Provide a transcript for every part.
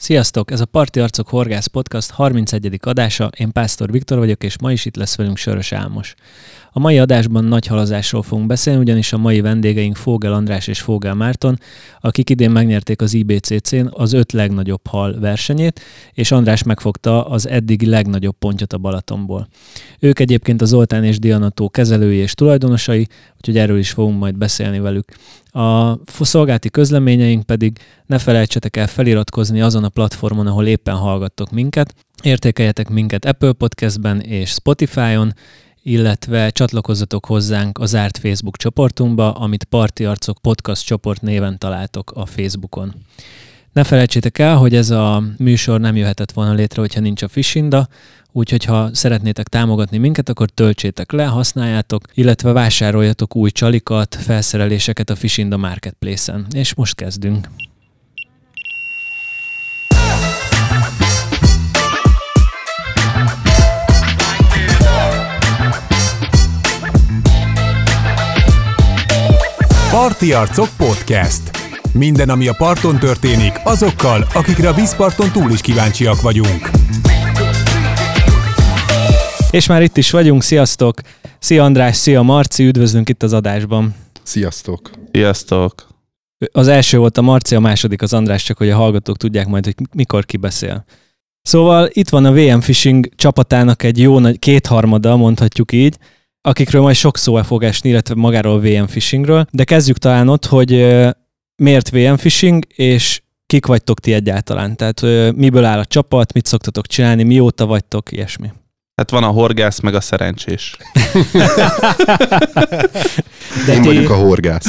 Sziasztok! Ez a Parti Arcok Horgász Podcast 31. adása, én Pásztor Viktor vagyok, és ma is itt lesz velünk Sörös Álmos. A mai adásban nagy halazásról fogunk beszélni, ugyanis a mai vendégeink Fogel András és Fogel Márton, akik idén megnyerték az IBCC-n az 5 legnagyobb hal versenyét, és András megfogta az eddigi legnagyobb pontyot a Balatonból. Ők egyébként a Zoltán és Diana tó kezelői és tulajdonosai, úgyhogy erről is fogunk majd beszélni velük. A szolgálati közleményeink pedig ne felejtsetek el feliratkozni azon a platformon, ahol éppen hallgattok minket. Értékeljetek minket Apple Podcastben és Spotify-on, illetve csatlakozzatok hozzánk a zárt Facebook csoportunkba, amit Parti Arcok Podcast csoport néven találtok a Facebookon. Ne felejtsétek el, hogy ez a műsor nem jöhetett volna létre, hogyha nincs a Fishinda, úgyhogy ha szeretnétek támogatni minket, akkor töltsétek le, használjátok, illetve vásároljatok új csalikat, felszereléseket a Fishinda Marketplace-en. És most kezdünk. Parti Arcok Podcast. Minden, ami a parton történik, azokkal, akikre a vízparton túl is kíváncsiak vagyunk. És már itt is vagyunk, sziasztok! Szia András, szia Marci, üdvözlünk itt az adásban. Sziasztok! Sziasztok! Az első volt a Marci, a második az András, csak hogy a hallgatók tudják majd, hogy mikor ki beszél. Szóval itt van a VM Fishing csapatának egy jó nagy kétharmada, mondhatjuk így, akikről majd sok szó fog esni, illetve magáról a VM Fishingről, de kezdjük talán ott, hogy miért VM Fishing, és kik vagytok ti egyáltalán? Tehát miből áll a csapat, mit szoktatok csinálni, mióta vagytok, ilyesmi? Hát van a horgász, meg a szerencsés. De én vagyok a horgász.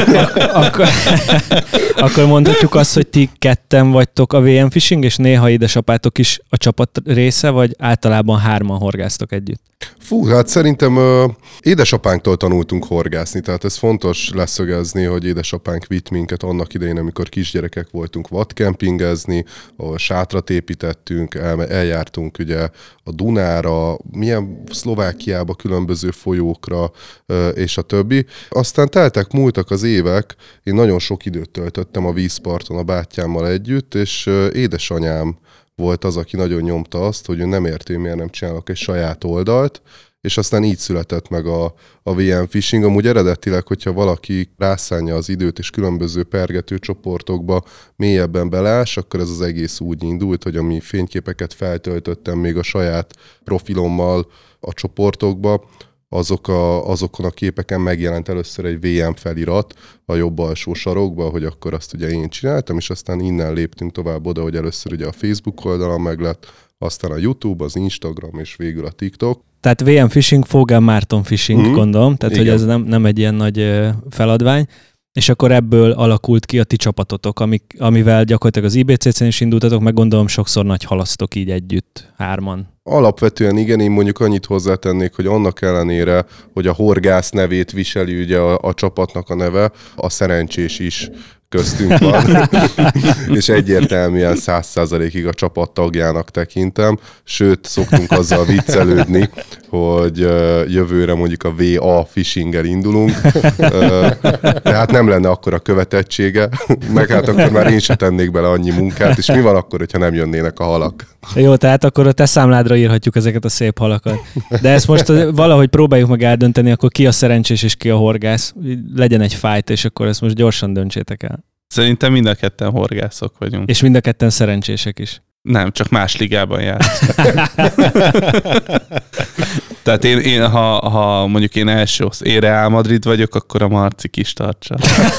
Akkor mondhatjuk azt, hogy ti ketten vagytok a VM Fishing, és néha édesapátok is a csapat része, vagy általában hárman horgáztok együtt? Fú, hát szerintem édesapánktól tanultunk horgászni, tehát ez fontos leszögezni, hogy édesapánk vitt minket annak idején, amikor kisgyerekek voltunk vadkempingezni, ahol sátrat építettünk, eljártunk ugye a Dunára, milyen Szlovákiába, különböző folyókra, és a többi. Aztán múltak az évek, én nagyon sok időt töltöttem a vízparton a bátyámmal együtt, és édesanyám volt az, aki nagyon nyomta azt, hogy ő nem érti, miért nem csinálok egy saját oldalt, és aztán így született meg a VM Fishing. Amúgy eredetileg, hogyha valaki rászánja az időt és különböző pergető csoportokba mélyebben beleás, akkor ez az egész úgy indult, hogy ami fényképeket feltöltöttem még a saját profilommal a csoportokba, azokon a képeken megjelent először egy VM felirat a jobb alsó sarokba, hogy akkor azt ugye én csináltam, és aztán innen léptünk tovább oda, hogy először ugye a Facebook oldalon meglett, aztán a YouTube, az Instagram, és végül a TikTok. Tehát VM Fishing, Fogel Márton Fishing, gondolom, tehát igen. Hogy ez nem egy ilyen nagy feladvány, és akkor ebből alakult ki a ti csapatotok, amivel gyakorlatilag az IBCC-n is indultatok, meg gondolom sokszor nagy halasztok így együtt, hárman. Alapvetően igen, én mondjuk annyit hozzátennék, hogy annak ellenére, hogy a horgász nevét viseli ugye a csapatnak a neve, a szerencsés is köztünk van, és egyértelműen 100%-ig a csapat tagjának tekintem, sőt, szoktunk azzal viccelődni, hogy jövőre mondjuk a VA Fishing-el indulunk, tehát nem lenne akkora követettsége, meg hát akkor már én se tennék bele annyi munkát, és mi van akkor, hogyha nem jönnének a halak? Jó, tehát akkor a te számládra írhatjuk ezeket a szép halakat. De ezt most valahogy próbáljuk meg eldönteni, akkor ki a szerencsés és ki a horgász. Legyen egy fight, és akkor ezt most gyorsan döntsétek el. Szerintem mind a ketten horgászok vagyunk. És mind a ketten szerencsések is. Nem, csak más ligában játszunk. Tehát én ha mondjuk én első én Real Madrid vagyok, akkor a Marci kis tartsa.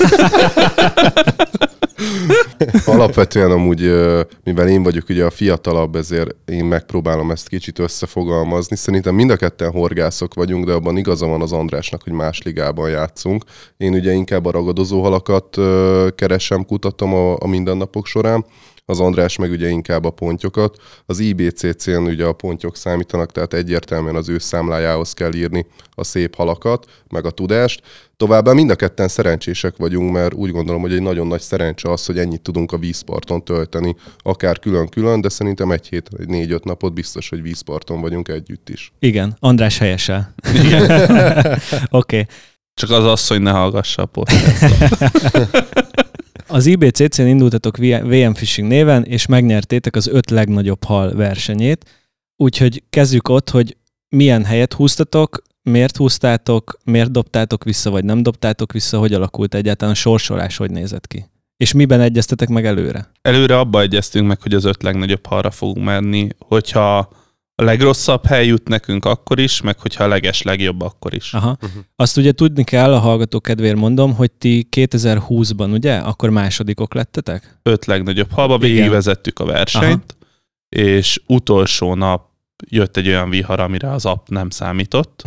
Alapvetően amúgy, mivel én vagyok ugye a fiatalabb, ezért én megpróbálom ezt kicsit összefogalmazni. Szerintem mind a ketten horgászok vagyunk, de abban igaza van az Andrásnak, hogy más ligában játszunk. Én ugye inkább a ragadozó halakat keresem, kutatom a mindennapok során. Az András meg ugye inkább a pontyokat. Az IBCC-n ugye a pontyok számítanak, tehát egyértelműen az ő számlájához kell írni a szép halakat, meg a tudást. Továbbá mind a ketten szerencsések vagyunk, mert úgy gondolom, hogy egy nagyon nagy szerencse az, hogy ennyit tudunk a vízparton tölteni, akár külön-külön, de szerintem egy hét, 4-5 napot biztos, hogy vízparton vagyunk együtt is. Igen, András helyesel. Oké. Csak az asszony ne hallgassa a podcastot. Az IBCC-n indultatok VM Fishing néven, és megnyertétek az 5 legnagyobb hal versenyét. Úgyhogy kezdjük ott, hogy milyen helyet húztatok, miért húztátok, miért dobtátok vissza, vagy nem dobtátok vissza, hogy alakult egyáltalán a sorsolás, hogy nézett ki? És miben egyeztetek meg előre? Előre abba egyeztünk meg, hogy az 5 legnagyobb halra fogunk menni, hogyha a legrosszabb hely jut nekünk akkor is, meg hogyha a legjobb akkor is. Aha. Azt ugye tudni kell, a hallgató kedvéért mondom, hogy ti 2020-ban, ugye, akkor másodikok lettetek? 5 legnagyobb halba, végigvezettük a versenyt, és utolsó nap jött egy olyan vihar, amire az app nem számított,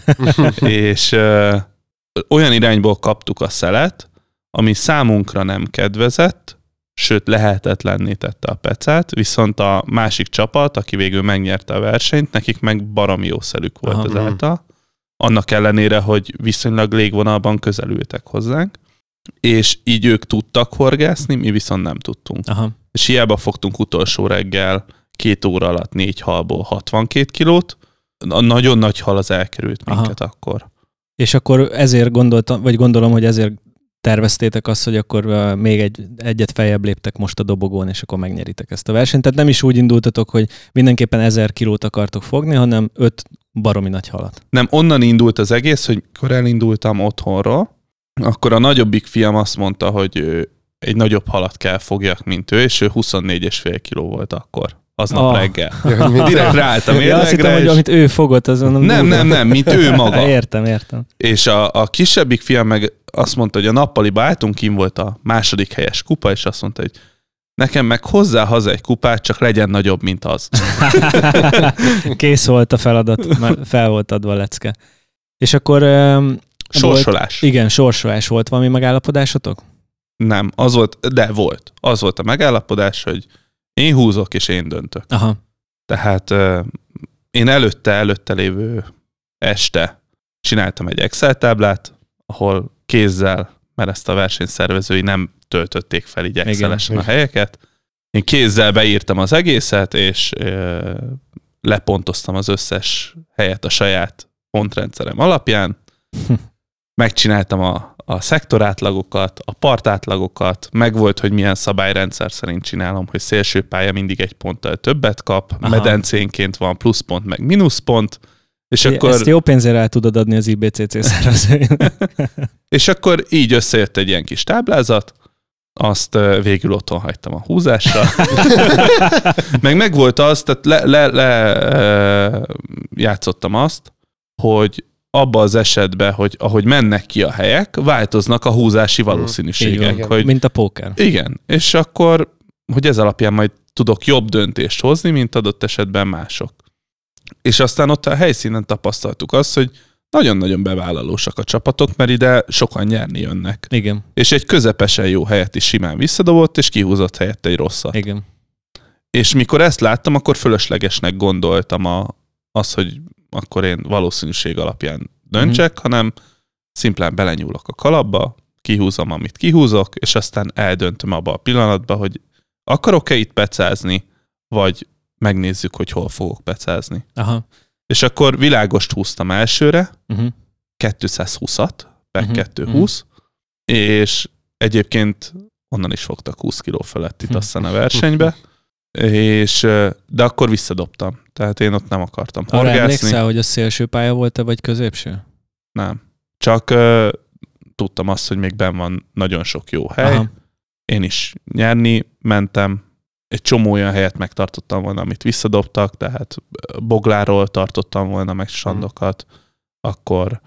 és olyan irányból kaptuk a szelet, ami számunkra nem kedvezett, sőt lehetetlenné tette a pecát, viszont a másik csapat, aki végül megnyerte a versenyt, nekik meg baromi jó szelük volt ezáltal. Annak ellenére, hogy viszonylag légvonalban közelültek hozzánk, és így ők tudtak horgászni, mi viszont nem tudtunk. Aha. És hiába fogtunk utolsó reggel 2 óra alatt 4 halból 62 kilót, a nagyon nagy hal az elkerült minket akkor. És akkor ezért gondolom, hogy ezért terveztétek azt, hogy akkor még egyet feljebb léptek most a dobogón, és akkor megnyeritek ezt a versenyt. Tehát nem is úgy indultatok, hogy mindenképpen 1000 kilót akartok fogni, hanem 5 baromi nagy halat. Nem, onnan indult az egész, hogy mikor elindultam otthonról, akkor a nagyobbik fiam azt mondta, hogy ő egy nagyobb halat kell fogjak, mint ő, és ő 24,5 kiló volt akkor. Aznap reggel. Direkt ráálltam érlegre. Azt hittem, hogy amit ő fogott, azon... Nem, mint ő maga. Értem. És a kisebbik fiam meg azt mondta, hogy a nappaliba álltunk, kim volt a második helyes kupa, és azt mondta, hogy nekem meg hozzá haza egy kupát, csak legyen nagyobb, mint az. Kész volt a feladat, már fel volt adva a lecke. És akkor... sorsolás. Igen, sorsolás. Volt valami megállapodásotok? Nem, volt. Az volt a megállapodás, hogy én húzok, és én döntök. Aha. Tehát én előtte lévő este csináltam egy Excel táblát, ahol kézzel, mert ezt a versenyszervezői nem töltötték fel így Excelesen a helyeket. Én kézzel beírtam az egészet, és lepontoztam az összes helyet a saját pontrendszerem alapján. Megcsináltam a szektorátlagokat, a partátlagokat, megvolt, hogy milyen szabályrendszer szerint csinálom, hogy szélső pálya mindig egy ponttal többet kap, medencénként van pluszpont, meg mínuszpont, és akkor... Ezt jó pénzére el tudod adni az IBCC szervezőjének. És akkor így összejött egy ilyen kis táblázat, azt végül otthon hagytam a húzásra. megvolt az, tehát játszottam azt, hogy abba az esetben, hogy ahogy mennek ki a helyek, változnak a húzási valószínűségek. Hogy, mint a póker. Igen, és akkor, hogy ez alapján majd tudok jobb döntést hozni, mint adott esetben mások. És aztán ott a helyszínen tapasztaltuk azt, hogy nagyon-nagyon bevállalósak a csapatok, mert ide sokan nyerni jönnek. Igen. És egy közepesen jó helyet is simán visszadobott, és kihúzott helyett egy rosszat. Igen. És mikor ezt láttam, akkor fölöslegesnek gondoltam azt, hogy akkor én valószínűség alapján döntsek, hanem szimplán belenyúlok a kalapba, kihúzom, amit kihúzok, és aztán eldöntöm abba a pillanatban, hogy akarok-e itt pecázni, vagy megnézzük, hogy hol fogok pecázni. Aha. És akkor világost húztam elsőre, 220-at, per 220, és egyébként onnan is fogtak 20 kiló felett itt aztán a versenybe, de akkor visszadobtam. Tehát én ott nem akartam horgászni. Arra emlékszel, hogy a szélső pálya volt-e, vagy középső? Nem. Csak tudtam azt, hogy még benn van nagyon sok jó hely. Aha. Én is nyerni mentem. Egy csomó olyan helyet megtartottam volna, amit visszadobtak, tehát Bogláról tartottam volna meg sandokat. Akkor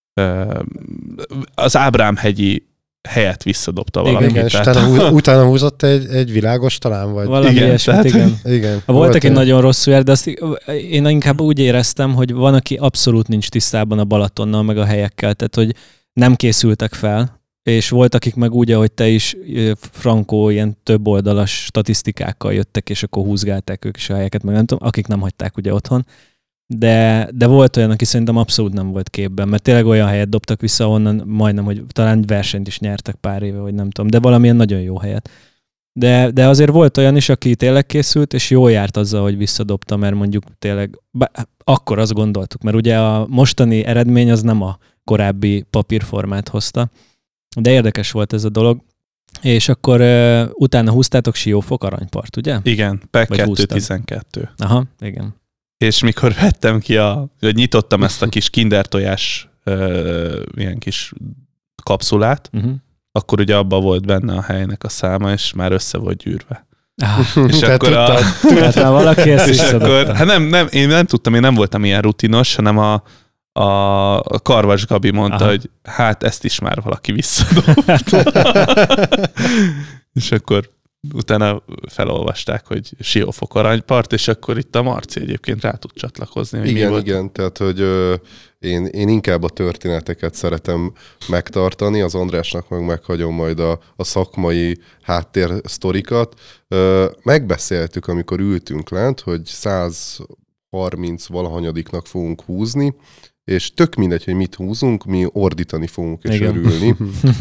az Ábrám-hegyi helyet visszadobta valaki. Igen, és utána húzott egy világos talán, vagy? Valami ilyesmit, igen. Voltak egy nagyon rosszul jár, de azt én inkább úgy éreztem, hogy van, aki abszolút nincs tisztában a Balatonnal, meg a helyekkel, tehát hogy nem készültek fel, és volt, akik meg úgy, ahogy te is, frankó, ilyen több oldalas statisztikákkal jöttek, és akkor húzgálták ők is a helyeket, meg nem tudom, akik nem hagyták ugye otthon. De volt olyan, aki szerintem abszolút nem volt képben, mert tényleg olyan helyet dobtak vissza, onnan majdnem, hogy talán versenyt is nyertek pár éve, vagy nem tudom, de valamilyen nagyon jó helyet. De azért volt olyan is, aki tényleg készült, és jól járt azzal, hogy visszadobta, mert mondjuk tényleg, akkor azt gondoltuk, mert ugye a mostani eredmény az nem a korábbi papírformát hozta, de érdekes volt ez a dolog. És akkor utána húztátok Siófok aranypart, ugye? Igen, PEC Vagy 212. Aha, igen. És mikor vettem ki hogy nyitottam ezt a kis kinder tojás ilyen kis kapszulát, akkor ugye abban volt benne a helynek a száma, és már össze volt gyűrve. És akkor tudtál valaki ezt és akkor, hát én nem tudtam, én nem voltam ilyen rutinos, hanem a Karvas Gabi mondta, hogy hát ezt is már valaki visszadobta. És akkor utána felolvasták, hogy Siófok aranypart, és akkor itt a Marci egyébként rá tud csatlakozni. Hogy igen, tehát hogy én inkább a történeteket szeretem megtartani, az Andrásnak meg meghagyom majd a szakmai háttérsztorikat. Megbeszéltük, amikor ültünk lent, hogy 130 valahanyadiknak fogunk húzni, és tök mindegy, hogy mit húzunk, mi ordítani fogunk és örülni,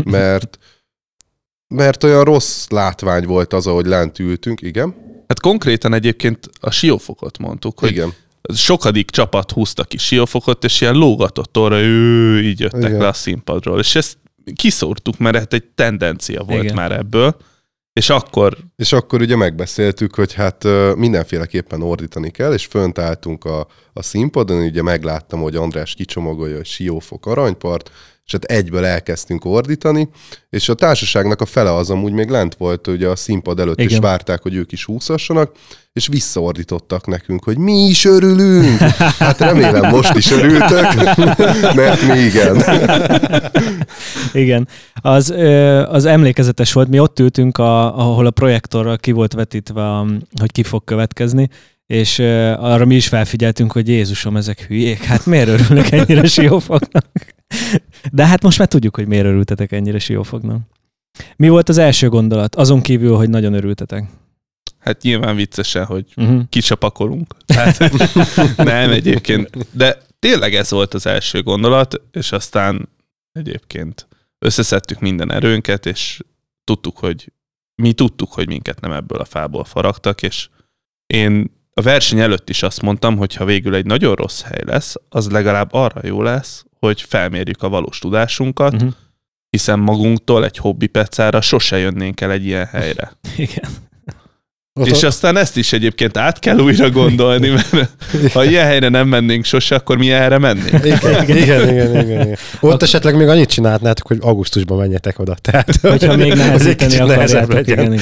mert olyan rossz látvány volt az, ahogy lent ültünk, igen. Hát konkrétan egyébként a Siófokot mondtuk, hogy igen. Sokadik csapat húzta ki Siófokot, és ilyen lógatott orra, így jöttek le a színpadról. És ezt kiszórtuk, mert hát egy tendencia volt már ebből. És akkor ugye megbeszéltük, hogy hát mindenféleképpen ordítani kell, és fönt álltunk a színpadon, ugye megláttam, hogy András kicsomagolja, hogy Siófok aranypart, és hát egyből elkezdtünk ordítani, és a társaságnak a fele az amúgy még lent volt, ugye a színpad előtt is várták, hogy ők is húzhassanak, és visszaordítottak nekünk, hogy mi is örülünk. Hát remélem most is örültök, mert mi igen. Igen. Az emlékezetes volt, mi ott ültünk, ahol a projektorral ki volt vetítve, hogy ki fog következni, és arra mi is felfigyeltünk, hogy Jézusom, ezek hülyék, hát miért örülnek ennyire Siófoknak? De hát most már tudjuk, hogy miért örültetek ennyire Siófoknak. Mi volt az első gondolat? Azon kívül, hogy nagyon örültetek. Hát nyilván viccesen, hogy kicsapakolunk. Hát, nem egyébként. De tényleg ez volt az első gondolat, és aztán egyébként összeszedtük minden erőnket, és tudtuk, hogy minket nem ebből a fából faragtak, és én a verseny előtt is azt mondtam, hogy ha végül egy nagyon rossz hely lesz, az legalább arra jó lesz, hogy felmérjük a valós tudásunkat, hiszen magunktól egy hobbipecára sose jönnénk el egy ilyen helyre. Igen. És aztán ezt is egyébként át kell újra gondolni, mert ha ilyen helyre nem mennénk sose, akkor mi erre mennénk? Igen. Ott esetleg még annyit csinálnátok, hogy augusztusban menjetek oda. Tehát, hogyha még nehezíteni akarjátok. Igen.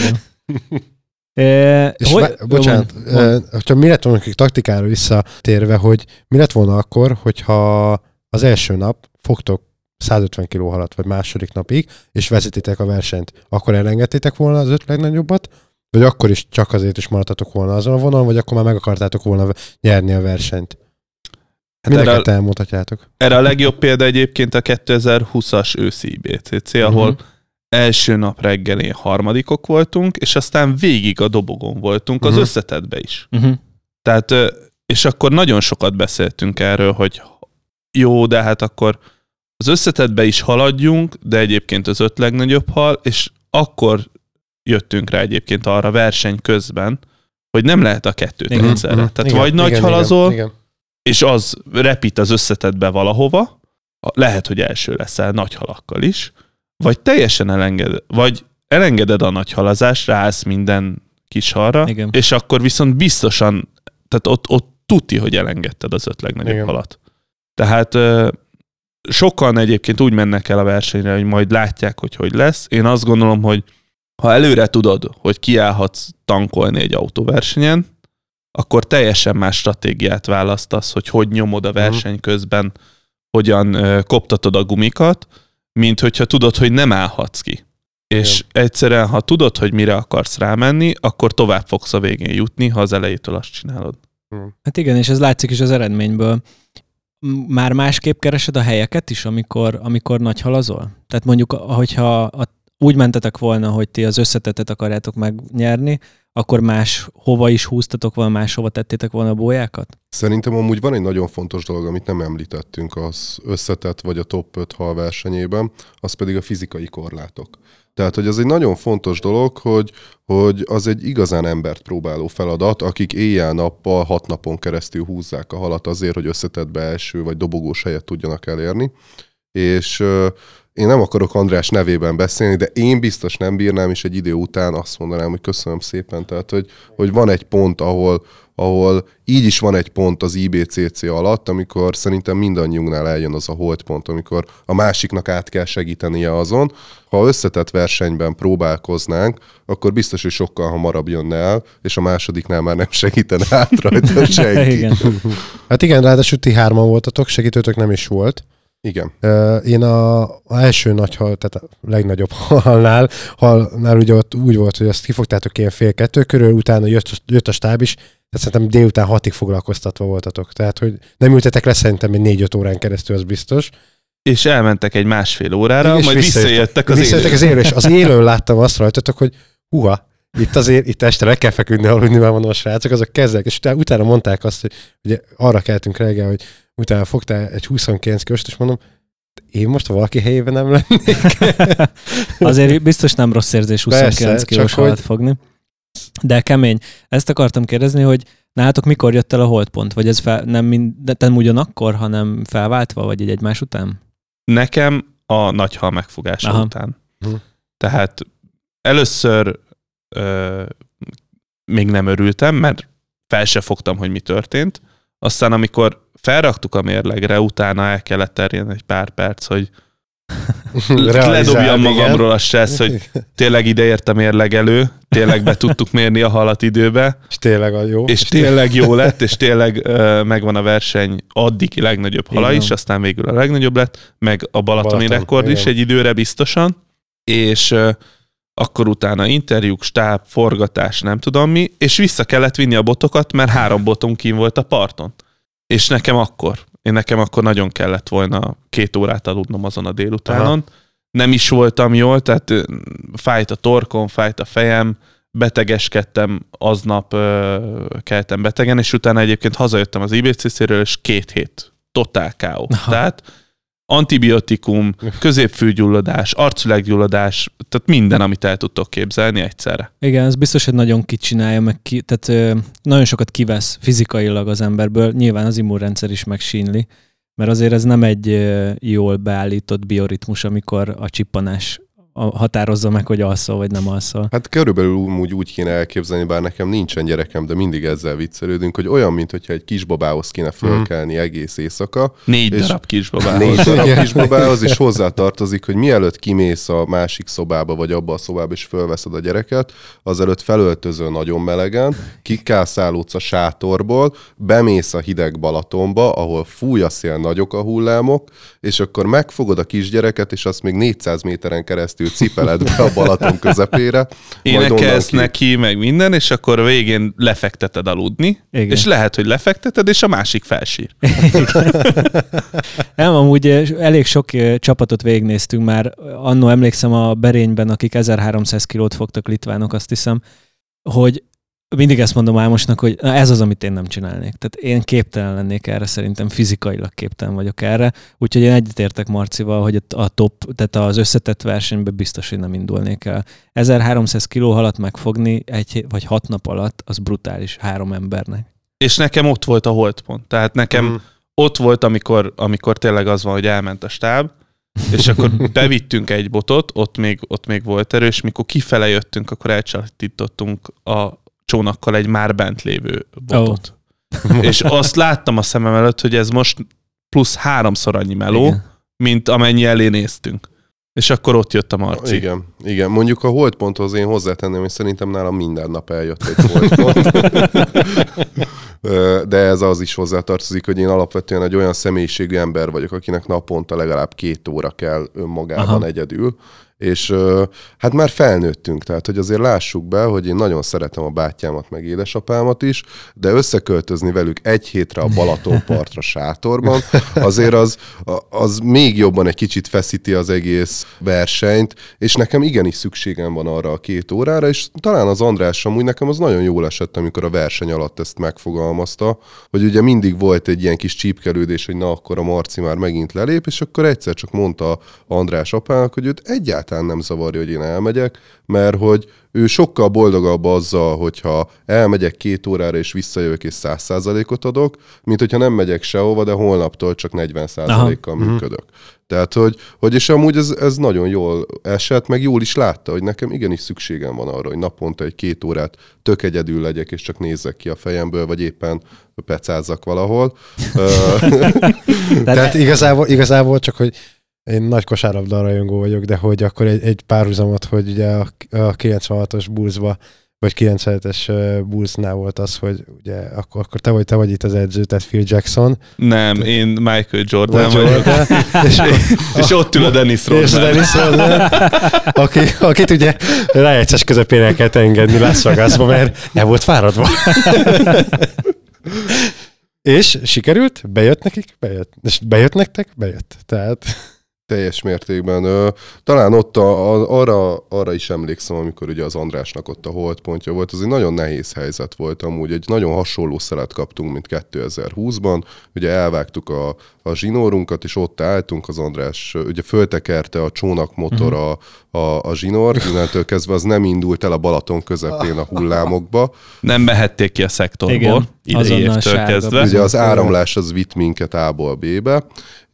Bocsánat, hogyha mi lett volna taktikára visszatérve, hogy mi lett volna akkor, hogyha az első nap fogtok 150 kg halat, vagy második napig, és vezetitek a versenyt, akkor elengedtétek volna az 5 legnagyobbat, vagy akkor is csak azért is maradtatok volna azon a vonalon, vagy akkor már meg akartátok volna nyerni a versenyt? Hát mindeket elmutatjátok. Erre a legjobb példa egyébként a 2020-as őszi IBCC, ahol első nap reggelén harmadikok voltunk, és aztán végig a dobogon voltunk az összetettbe is. Tehát, és akkor nagyon sokat beszéltünk erről, hogy jó, de hát akkor az összetettbe is haladjunk, de egyébként az 5 legnagyobb hal, és akkor jöttünk rá egyébként arra verseny közben, hogy nem lehet a kettőt egyszerre. Tehát vagy nagy halazol, és az repít az összetettbe valahova, lehet, hogy első leszel nagy halakkal is, vagy teljesen elengeded a nagy halazást, ráállsz minden kis halra, és akkor viszont biztosan, tehát ott tuti, hogy elengedted az 5 legnagyobb halat. Tehát sokan egyébként úgy mennek el a versenyre, hogy majd látják, hogy lesz. Én azt gondolom, hogy ha előre tudod, hogy kiállhatsz tankolni egy autóversenyen, akkor teljesen más stratégiát választasz, hogy nyomod a verseny közben, hogyan koptatod a gumikat, mint hogyha tudod, hogy nem állhatsz ki. És egyszerűen, ha tudod, hogy mire akarsz rámenni, akkor tovább fogsz a végén jutni, ha az elejétől azt csinálod. Hát igen, és ez látszik is az eredményből. Már másképp keresed a helyeket is, amikor nagy halazol? Tehát mondjuk, hogyha úgy mentetek volna, hogy ti az összetettet akarjátok megnyerni, akkor máshova is húztatok volna, máshova tettétek volna a bójákat? Szerintem amúgy van egy nagyon fontos dolog, amit nem említettünk az összetett vagy a top 5 hal versenyében, az pedig a fizikai korlátok. Tehát, hogy ez egy nagyon fontos dolog, hogy az egy igazán embert próbáló feladat, akik éjjel-nappal 6 napon keresztül húzzák a halat azért, hogy összetettbe első vagy dobogós helyet tudjanak elérni. És én nem akarok András nevében beszélni, de én biztos nem bírnám, és egy idő után azt mondanám, hogy köszönöm szépen, tehát hogy van egy pont, ahol így is van egy pont az IBCC alatt, amikor szerintem mindannyiunknál eljön az a holdpont, amikor a másiknak át kell segítenie azon. Ha összetett versenyben próbálkoznánk, akkor biztos, hogy sokkal hamarabb jönne el, és a másodiknál már nem segítene át rajta senki. Igen. Hát igen, ráadásul ti 3-an voltatok, segítőtök nem is volt. Igen. Én a első nagy hal, tehát a legnagyobb halnál ugye ott úgy volt, hogy azt kifogtátok ilyen 1:30 körül, utána jött a stáb is, tehát szerintem délután 6-ig foglalkoztatva voltatok. Tehát, hogy nem ültetek le szerintem egy 4-5 órán keresztül, az biztos. És elmentek egy 1,5 órára, majd visszajöttek az élőre. És az élőn láttam azt rajtatok, hogy itt este le kell feküdni, aludni, már mondom a srácok, azok kezdek, és utána mondták azt, hogy ugye arra keltünk reggel, hogy utána fogtál egy 29 kilóst, és mondom, én most valaki helyében nem lennék. Azért biztos nem rossz érzés 29 kilós halat fogni. De kemény. Ezt akartam kérdezni, hogy nálatok mikor jött el a holdpont? Vagy ez nem ugyanakkor, hanem felváltva, vagy egymás után? Nekem a nagy hal megfogása után. Tehát először még nem örültem, mert fel se fogtam, hogy mi történt. Aztán amikor felraktuk a mérlegre, utána el kellett terjedni egy pár perc, hogy ledobjam magamról a stressz, hogy tényleg ideért a mérlegelő, tényleg be tudtuk mérni a halat időbe. És tényleg jó. És tényleg jó lett, és tényleg megvan a verseny addigi legnagyobb hala is, aztán végül a legnagyobb lett, meg a balatoni rekord is egy időre biztosan, és akkor utána interjúk, stáb, forgatás, nem tudom mi, és vissza kellett vinni a botokat, mert 3 botunk kín volt a parton. És nekem akkor nagyon kellett volna 2 órát aludnom azon a délutánon. Aha. Nem is voltam jól, tehát fájt a torkom, fájt a fejem, betegeskedtem, aznap keltem betegen, és utána egyébként hazajöttem az IBCC-ről, és 2 hét totál káó. Tehát antibiotikum, középfülgyulladás, arcüleggyulladás, tehát minden, amit el tudtok képzelni egyszerre. Igen, ez biztos, hogy nagyon kicsinálja, tehát nagyon sokat kivesz fizikailag az emberből, nyilván az immunrendszer is megsínli, mert azért ez nem egy jól beállított bioritmus, amikor a csippanás határozza meg, hogy alszol, vagy nem alszol. Hát körülbelül úgy kéne elképzelni, bár nekem nincsen gyerekem, de mindig ezzel viccelődünk, hogy olyan, mintha egy kisbabához kéne fölkelni egész éjszaka. 4 darab kisbabához. 4 darab kisbabához, és hozzátartozik, hogy mielőtt kimész a másik szobába, vagy abba a szobába, és fölveszed a gyereket, azelőtt felöltözöl nagyon melegen, kikászálódsz a sátorból, bemész a hideg Balatonba, ahol fúj a szél, nagyok a hullámok, és akkor megfogod a kisgyereket, és azt még 400 méteren keresztül cipeled be a Balaton közepére. Énekelsz neki, meg minden, és akkor végén lefekteted aludni, igen. És lehet, hogy lefekteted, és a másik felsír. Amúgy elég sok csapatot végignéztünk már. Annó emlékszem a Berényben, akik 1300 kilót fogtak litvánok, azt hiszem, hogy mindig ezt mondom Ámosnak, hogy na ez az, amit én nem csinálnék. Tehát én képtelen lennék erre, szerintem fizikailag képtelen vagyok erre. Úgyhogy én egyetértek Marcival, hogy a top, tehát az összetett versenyben biztos, hogy nem indulnék el. 1300 kiló halat megfogni 1 vagy 6 nap alatt, az brutális 3 embernek. És nekem ott volt a holdpont. Tehát nekem ott volt, amikor tényleg az van, hogy elment a stáb, és akkor bevittünk egy botot, ott még volt erős, mikor kifele jöttünk, akkor elcsatítottunk a csónakkal egy már bent lévő botot. Oh. És azt láttam a szemem előtt, hogy ez most plusz 3-szor annyi meló, igen, mint amennyi elé néztünk. És akkor ott jött a Marci. Igen. Mondjuk a holdponthoz én hozzátenném, hogy szerintem nálam minden nap eljött egy holdpont. De ez az is hozzátartozik, hogy én alapvetően egy olyan személyiségű ember vagyok, akinek naponta legalább 2 óra kell önmagában egyedül. És hát már felnőttünk, tehát hogy azért lássuk be, hogy én nagyon szeretem a bátyámat, meg édesapámat is, de összeköltözni velük 1 hétre a Balatonpartra sátorban, azért az még jobban egy kicsit feszíti az egész versenyt, és nekem igenis szükségem van arra a 2 órára, és talán az András amúgy nekem az nagyon jól esett, amikor a verseny alatt ezt megfogalmazta, hogy ugye mindig volt egy ilyen kis csípkelődés, hogy na akkor a Marci már megint lelép, és akkor egyszer csak mondta András apának, hogy őt egyáltalán egyáltalán nem zavarja, hogy én elmegyek, mert hogy ő sokkal boldogabb azzal, hogyha elmegyek 2 órára és visszajövök és 100%-ot adok, mint hogyha nem megyek sehova, de holnaptól csak 40%-kal működök. Tehát, hogy és amúgy ez nagyon jól esett, meg jól is látta, hogy nekem igenis szükségem van arra, hogy naponta 1-2 órát tök egyedül legyek, és csak nézzek ki a fejemből, vagy éppen pecázzak valahol. Tehát igazából csak, hogy én nagy kosárlabda rajongó vagyok, de hogy akkor egy párhuzamot, hogy ugye a 96-os Bullsba, vagy 97-es Bullsnál volt az, hogy ugye akkor te vagy itt az edző, tehát Phil Jackson. Nem, én Michael Jordan vagyok. És ott ül a Dennis Rodman. És Dennis Rodman, akit ugye rájegyszes közepén el kellett engedni Las Vegasba, mert el volt fáradva. És sikerült? Bejött nekik? Bejött. És bejött nektek? Bejött. Tehát... Teljes mértékben. Talán ott arra is emlékszem, amikor ugye az Andrásnak ott a holdpontja volt, az egy nagyon nehéz helyzet volt amúgy, egy nagyon hasonló szelet kaptunk, mint 2020-ban, ugye elvágtuk a zsinórunkat, és ott álltunk, az András ugye föltekerte a csónakmotor a zsinór, innentől kezdve az nem indult el a Balaton közepén a hullámokba. Nem mehették ki a szektorból, idei évtől kezdve. Ugye az áramlás az vitt minket A-ból B-be,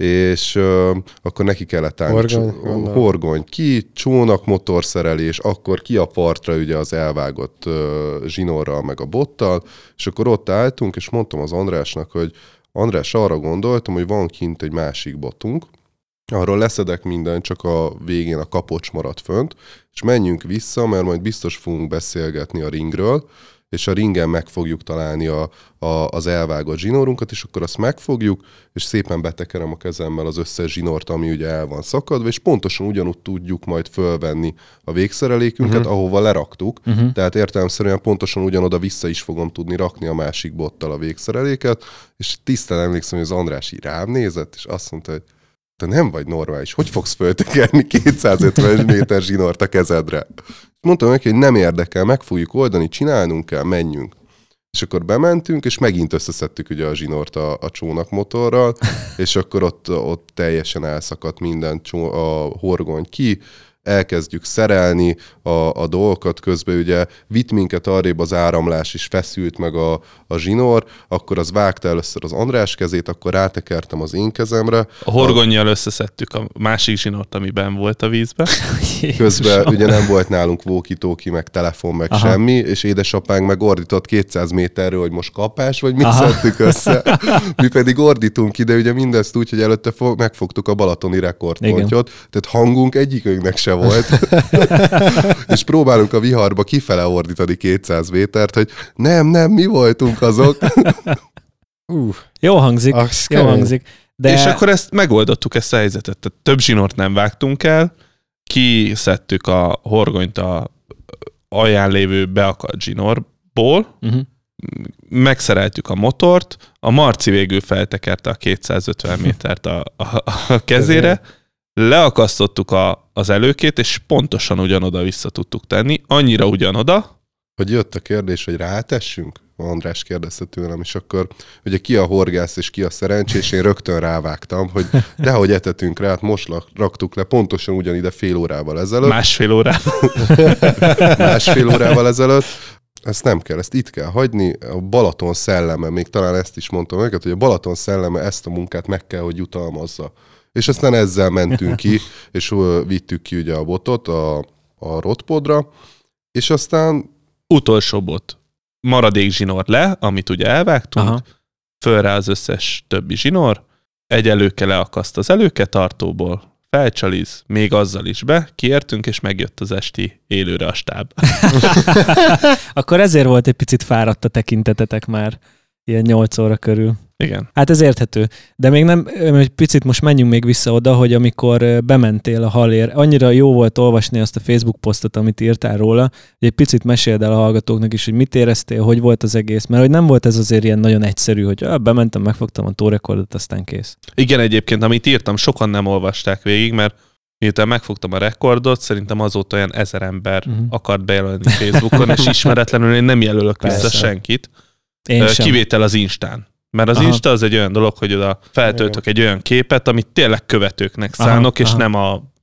és akkor neki kellett állni horgony ki, csónakmotorszerelés, akkor ki a partra ugye az elvágott zsinórral meg a bottal, és akkor ott álltunk, és mondtam az Andrásnak, hogy András, arra gondoltam, hogy van kint egy másik botunk, arról leszedek mindent, csak a végén a kapocs marad fönt, és menjünk vissza, mert majd biztos fogunk beszélgetni a ringről, és a ringen meg fogjuk találni az elvágott zsinórunkat, és akkor azt megfogjuk, és szépen betekerem a kezemmel az összes zsinort, ami ugye el van szakadva, és pontosan ugyanúgy tudjuk majd fölvenni a végszerelékünket, ahova leraktuk, tehát értelemszerűen pontosan ugyanoda vissza is fogom tudni rakni a másik bottal a végszereléket, és tisztán emlékszem, hogy az András így rám nézett, és azt mondta, hogy te nem vagy normális, hogy fogsz föltekerni 250 méter zsinort a kezedre? Mondtam neki, hogy nem érdekel, meg fogjuk oldani, csinálnunk kell, menjünk. És akkor bementünk, és megint összeszedtük ugye a zsinort a csónakmotorral, és akkor ott teljesen elszakadt minden a horgony ki, elkezdjük szerelni a dolgokat, közben ugye vitt minket arrébb az áramlás, és feszült meg a zsinór, akkor az vágta először az András kezét, akkor rátekertem az én kezemre. A horgonnyal összeszedtük a másik zsinort, amiben volt a vízbe. Közben ugye nem volt nálunk walkie-talkie, meg telefon, meg semmi, és édesapánk meg ordított 200 méterről, hogy most kapás, vagy mit szedtük össze. Mi pedig ordítunk ide, ugye mindezt úgy, hogy előtte megfogtuk a balatoni rekordpontot, tehát hangunk egyikünknek se volt. És próbálunk a viharba kifele ordítani 200 métert, hogy nem, mi voltunk azok. Jó hangzik, jó hangzik. De... És akkor megoldottuk ezt a helyzetet. Tehát több zsinort nem vágtunk el, kiszedtük a horgonyt a alján lévő beakadt zsinórból, megszereltük a motort, a Marci végül feltekerte a 250 métert a kezére, leakasztottuk az előkét, és pontosan ugyanoda vissza tudtuk tenni, annyira ugyanoda. Hogy jött a kérdés, hogy rátessünk? András kérdezte tőlem, és akkor ugye ki a horgász és ki a szerencsés, én rögtön rávágtam, hogy dehogy etetünk rá, hát most raktuk le pontosan ugyanide fél órával ezelőtt. Másfél órával ezelőtt. Ezt nem kell, ezt itt kell hagyni. A Balaton szelleme, még talán ezt is mondtam neked, hogy a Balaton szelleme ezt a munkát meg kell, hogy jutalmazza. És aztán ezzel mentünk ki, és vittük ki ugye a botot a rotpodra, és aztán... Utolsó bot. Maradék zsinór le, amit ugye elvágtunk, föl rá az összes többi zsinór, egy előke leakaszt az előketartóból, felcsaliz, még azzal is kiértünk, és megjött az esti élőre a stáb. Akkor ezért volt egy picit fáradt a tekintetetek már, ilyen 8 óra körül. Igen. Hát ez érthető. De még nem, egy picit most menjünk még vissza oda, hogy amikor bementél a halér, annyira jó volt olvasni azt a Facebook posztot, amit írtál róla, hogy egy picit meséld el a hallgatóknak is, hogy mit éreztél, hogy volt az egész, mert hogy nem volt ez azért ilyen nagyon egyszerű, hogy bementem, megfogtam a tórekordot, aztán kész. Igen, egyébként, amit írtam, sokan nem olvasták végig, mert miután megfogtam a rekordot, szerintem azóta olyan 1000 ember akart bejelölni Facebookon, és ismeretlenül én nem jelölök vissza senkit. Kivétel az Instán. Mert az Insta az egy olyan dolog, hogy oda feltöltök egy olyan képet, amit tényleg követőknek szánok, és nem a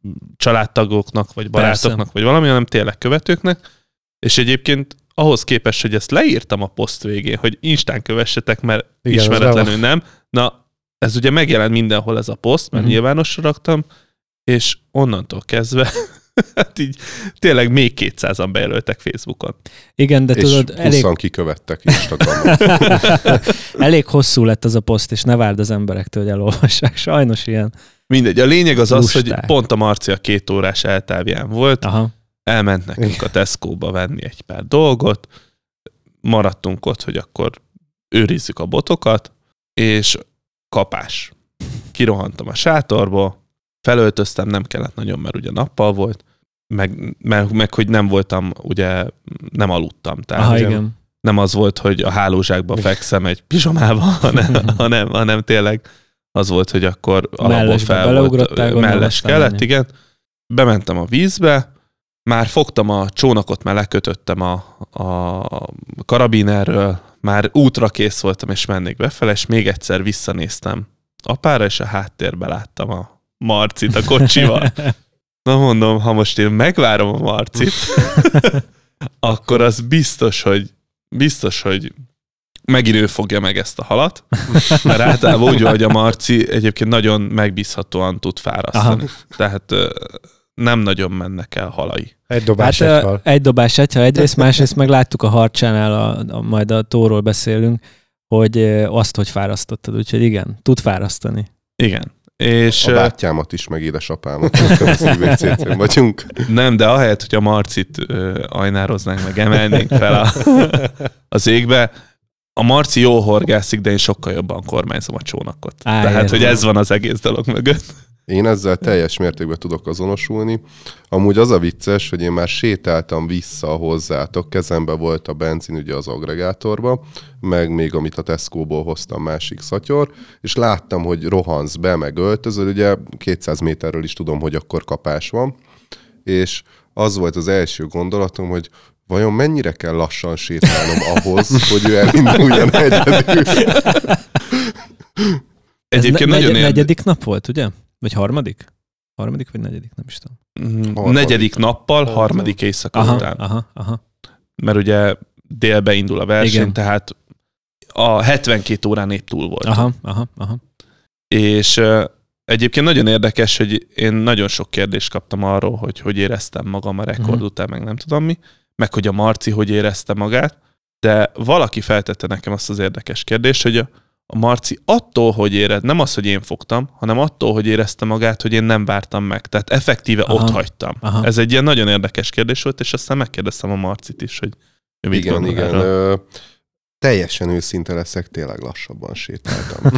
családtagoknak, vagy barátoknak, persze, vagy valami, hanem tényleg követőknek. És egyébként ahhoz képest, hogy ezt leírtam a poszt végén, hogy instán kövessetek, mert igen, ismeretlenül nem. Na, ez ugye megjelent mindenhol ez a poszt, mert nyilvánosra raktam, és onnantól kezdve hát így tényleg még 200-an bejelöltek Facebookon. Igen, de és tudod, elég... kikövettek Instagramon. Elég hosszú lett az a poszt, és ne várd az emberektől, hogy elolvassák. Sajnos ilyen. Mindegy. A lényeg az az, hogy pont a Marci a 2 órás eltávján volt. Aha. Elment nekünk a Tesco-ba venni egy pár dolgot, maradtunk ott, hogy akkor őrizzük a botokat, és kapás. Kirohantam a sátorból, felöltöztem, nem kellett nagyon, mert ugye nappal volt, meg hogy nem voltam, ugye nem aludtam. Tehát aha, igen. Nem az volt, hogy a hálózsákba fekszem egy pizsamában, hanem tényleg az volt, hogy akkor alapból fel volt, melles kellett, igen. Bementem a vízbe, már fogtam a csónakot, már lekötöttem a karabinerről, már útra kész voltam, és mennék befele, és még egyszer visszanéztem apára, és a háttérbe láttam a Marcit a kocsival. Na mondom, ha most én megvárom a Marcit, akkor az biztos, hogy megint ő fogja meg ezt a halat, mert általában úgy van, hogy a Marci egyébként nagyon megbízhatóan tud fárasztani. Aha. Tehát nem nagyon mennek el halai. Egy dobás, egy hal. Egy dobás, egy hal. Egyrészt, másrészt meg láttuk a Harcsánál, majd a tóról beszélünk, hogy azt, hogy fárasztottad. Úgyhogy igen, tud fárasztani. Igen. És a bátyámat is, meg édesapámat. WC-n vagyunk. Nem, de ahelyett, hogy a Marcit ajnároznánk, meg emelnénk fel az égbe, a Marci jó horgászik, de én sokkal jobban kormányzom a csónakot. Tehát, hogy ez van az egész dolog mögött. Én ezzel teljes mértékben tudok azonosulni. Amúgy az a vicces, hogy én már sétáltam vissza hozzátok, kezembe volt a benzin ugye az agregátorba, meg még amit a Tesco-ból hoztam másik szatyor, és láttam, hogy rohansz be, meg öltözöl, ugye 200 méterről is tudom, hogy akkor kapás van, és az volt az első gondolatom, hogy vajon mennyire kell lassan sétálnom ahhoz, hogy ő elinduljon egyedül. Egyébként negyedik nap volt, ugye? Vagy harmadik? Harmadik vagy negyedik? Nem is tudom. Negyedik nappal, harmadik éjszaka után. Aha. Mert ugye délbe indul a verseny, igen, tehát a 72 órán épp túl volt. Aha. És egyébként nagyon érdekes, hogy én nagyon sok kérdést kaptam arról, hogy éreztem magam a rekord után, meg nem tudom mi, meg hogy a Marci hogy érezte magát, de valaki feltette nekem azt az érdekes kérdést, hogy a Marci attól, hogy nem az, hogy én fogtam, hanem attól, hogy érezte magát, hogy én nem vártam meg. Tehát effektíve ott hagytam. Aha. Ez egy ilyen nagyon érdekes kérdés volt, és aztán megkérdeztem a Marcit is, hogy mit gondol erről. Teljesen őszinte leszek, tényleg lassabban sétáltam.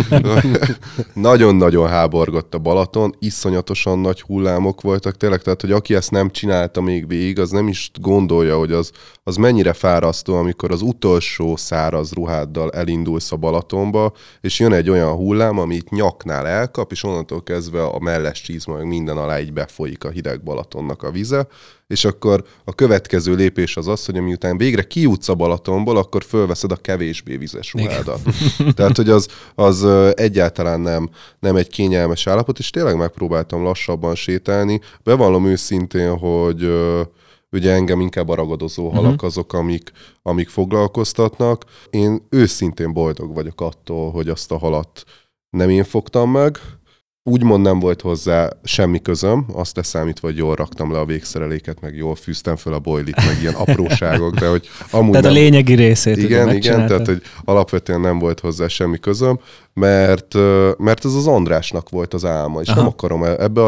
Nagyon-nagyon háborgott a Balaton, iszonyatosan nagy hullámok voltak tényleg, tehát hogy aki ezt nem csinálta még végig, az nem is gondolja, hogy az mennyire fárasztó, amikor az utolsó száraz ruháddal elindulsz a Balatonba, és jön egy olyan hullám, ami itt nyaknál elkap, és onnantól kezdve a melles csizma, meg minden alá így befolyik a hideg Balatonnak a vize, és akkor a következő lépés az, hogy miután végre kijutsz a Balatonból, akkor fölveszed a kevésbé vizes ruhádat. Tehát, hogy az egyáltalán nem egy kényelmes állapot, és tényleg megpróbáltam lassabban sétálni. Bevallom őszintén, hogy ugye engem inkább a ragadozó halak azok, amik foglalkoztatnak. Én őszintén boldog vagyok attól, hogy azt a halat nem én fogtam meg. Úgymond nem volt hozzá semmi közöm, azt leszámítva, hogy jól raktam le a végszereléket, meg jól fűztem fel a boilit, meg ilyen apróságok, de hogy amúgy tehát nem... a lényegi részét igen, tehát hogy alapvetően nem volt hozzá semmi közöm, mert ez az Andrásnak volt az álma, és nem akarom,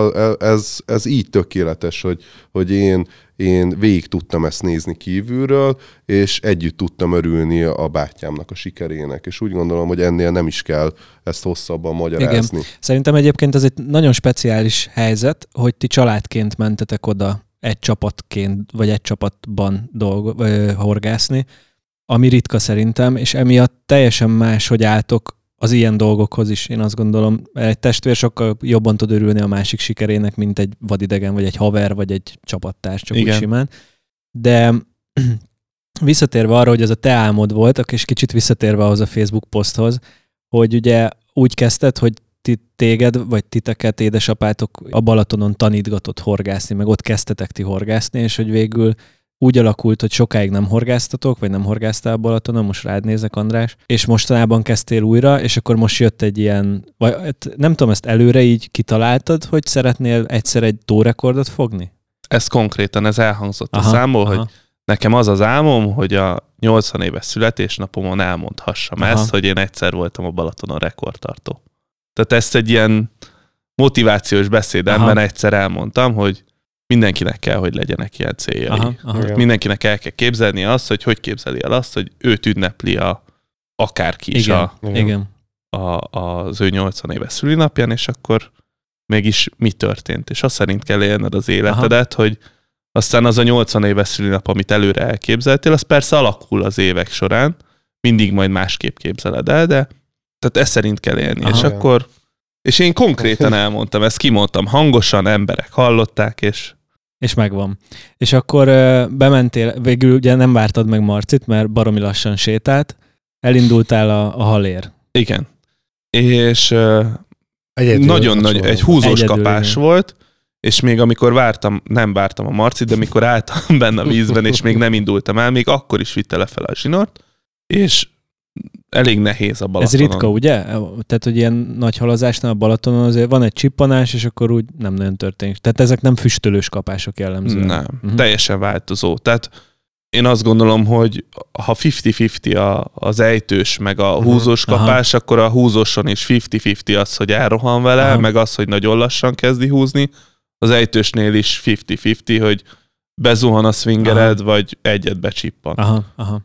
ez így tökéletes, hogy én végig tudtam ezt nézni kívülről, és együtt tudtam örülni a bátyámnak a sikerének, és úgy gondolom, hogy ennél nem is kell ezt hosszabban magyarázni. Igen. Szerintem egyébként ez egy nagyon speciális helyzet, hogy ti családként mentetek oda egy csapatként, vagy egy csapatban horgászni, ami ritka szerintem, és emiatt teljesen más, hogy álltok az ilyen dolgokhoz is, én azt gondolom. Egy testvér sokkal jobban tud örülni a másik sikerének, mint egy vadidegen, vagy egy haver, vagy egy csapattárs, csak igen, úgy simán. De visszatérve arra, hogy ez a te álmod volt, és kicsit visszatérve ahhoz a Facebook poszthoz, hogy ugye úgy kezdted, hogy téged, vagy titeket, édesapátok a Balatonon tanítgatott horgászni, meg ott kezdtetek ti horgászni, és hogy végül úgy alakult, hogy sokáig nem horgáztatok, vagy nem horgáztál a Balatonon, most rád nézek, András, és mostanában kezdtél újra, és akkor most jött egy ilyen, vagy nem tudom, ezt előre így kitaláltad, hogy szeretnél egyszer egy tórekordot fogni? Ez konkrétan, ez elhangzott a számból, hogy nekem az az álmom, hogy a 80 éves születésnapomon elmondhassam ezt, hogy én egyszer voltam a Balatonon rekordtartó. Tehát ezt egy ilyen motivációs beszédemben egyszer elmondtam, hogy mindenkinek kell, hogy legyenek ilyen céljai. Mindenkinek el kell képzelni azt, hogy képzeli el azt, hogy őt ünnepli akárki is az ő 80 éves szülinapján, és akkor mégis mi történt. És azt szerint kell élned az életedet, hogy aztán az a 80 éves szülinap, amit előre elképzeltél, az persze alakul az évek során, mindig majd másképp képzeled el, de tehát ez szerint kell élni. És én konkrétan elmondtam, ezt kimondtam hangosan, emberek hallották, és megvan. És akkor bementél, végül ugye nem vártad meg Marcit, mert baromi lassan sétált, elindultál a halér. Igen. És nagyon nagy, egy húzós kapás volt, és még amikor nem vártam a Marcit, de amikor álltam benne a vízben, és még nem indultam el, még akkor is vitte lefelé a zsinort, és elég nehéz a Balatonon. Ez ritka, ugye? Tehát, hogy ilyen nagy halazásnál a Balatonon azért van egy csippanás, és akkor úgy nem nagyon történik. Tehát ezek nem füstölős kapások jellemzően. Nem, teljesen változó. Tehát én azt gondolom, hogy ha 50-50 az ejtős, meg a húzós kapás, akkor a húzóson is 50-50 az, hogy elrohan vele, meg az, hogy nagyon lassan kezdi húzni. Az ejtősnél is 50-50, hogy bezuhan a swingered, vagy egyet becsippan.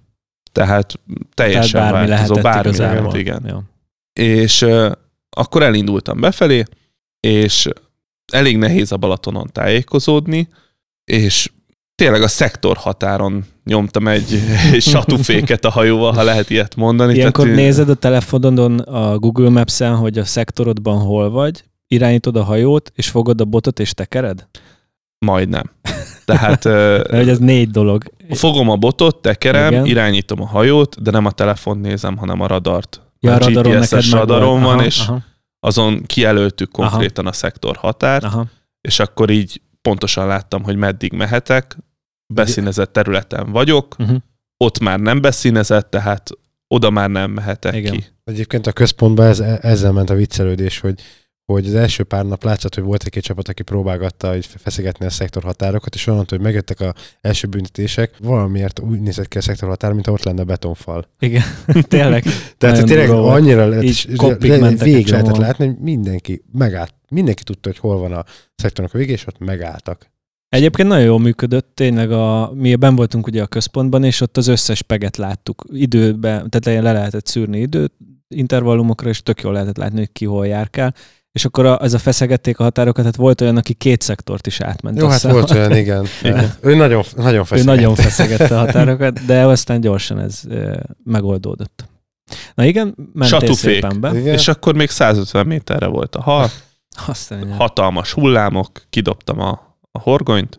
Tehát teljesen változó, bármi lehet, igen. Ja. És akkor elindultam befelé, és elég nehéz a Balatonon tájékozódni, és tényleg a szektorhatáron nyomtam egy satuféket a hajóval, ha lehet ilyet mondani. Ilyenkor nézed a telefonodon a Google Maps-en, hogy a szektorodban hol vagy, irányítod a hajót, és fogod a botot, és tekered? Majdnem. Tehát hogy ez 4 dolog. Fogom a botot, tekerem, irányítom a hajót, de nem a telefont nézem, hanem a radart. Ja, a GPS-es radaron van, és azon kijelöltük konkrétan a szektor határt, és akkor így pontosan láttam, hogy meddig mehetek, beszínezett területen vagyok, ott már nem beszínezett, tehát oda már nem mehetek ki. Egyébként a központban ezzel ment a viccelődés, hogy az első pár nap látszott, hogy volt egy-két csapat, aki próbálgatta hogy feszegetni a szektorhatárokat, és onnantól, hogy megjöttek az első büntetések, valamiért úgy nézett ki a szektorhatár, mint ott lenne betonfal. Igen, tényleg. Tehát tényleg annyira végig lehetett látni, hogy mindenki tudta, hogy hol van a szektornak a vége, és ott megálltak. Egyébként nagyon jól működött, tényleg mi benn voltunk ugye a központban, és ott az összes peget láttuk időben, tehát le lehetett szűrni időt, intervallumokra, és tök jól lehetett látni, hogy ki hol járkál. És akkor ez a feszegették a határokat, tehát volt olyan, aki 2 szektort is átment. Jó, hát volt olyan, igen. Ő nagyon feszegette. Ő nagyon feszegette a határokat, de aztán gyorsan ez megoldódott. Na igen, mentél szépen be. Igen. És akkor még 150 méterre volt a hal. Hatalmas hullámok, kidobtam a horgonyt,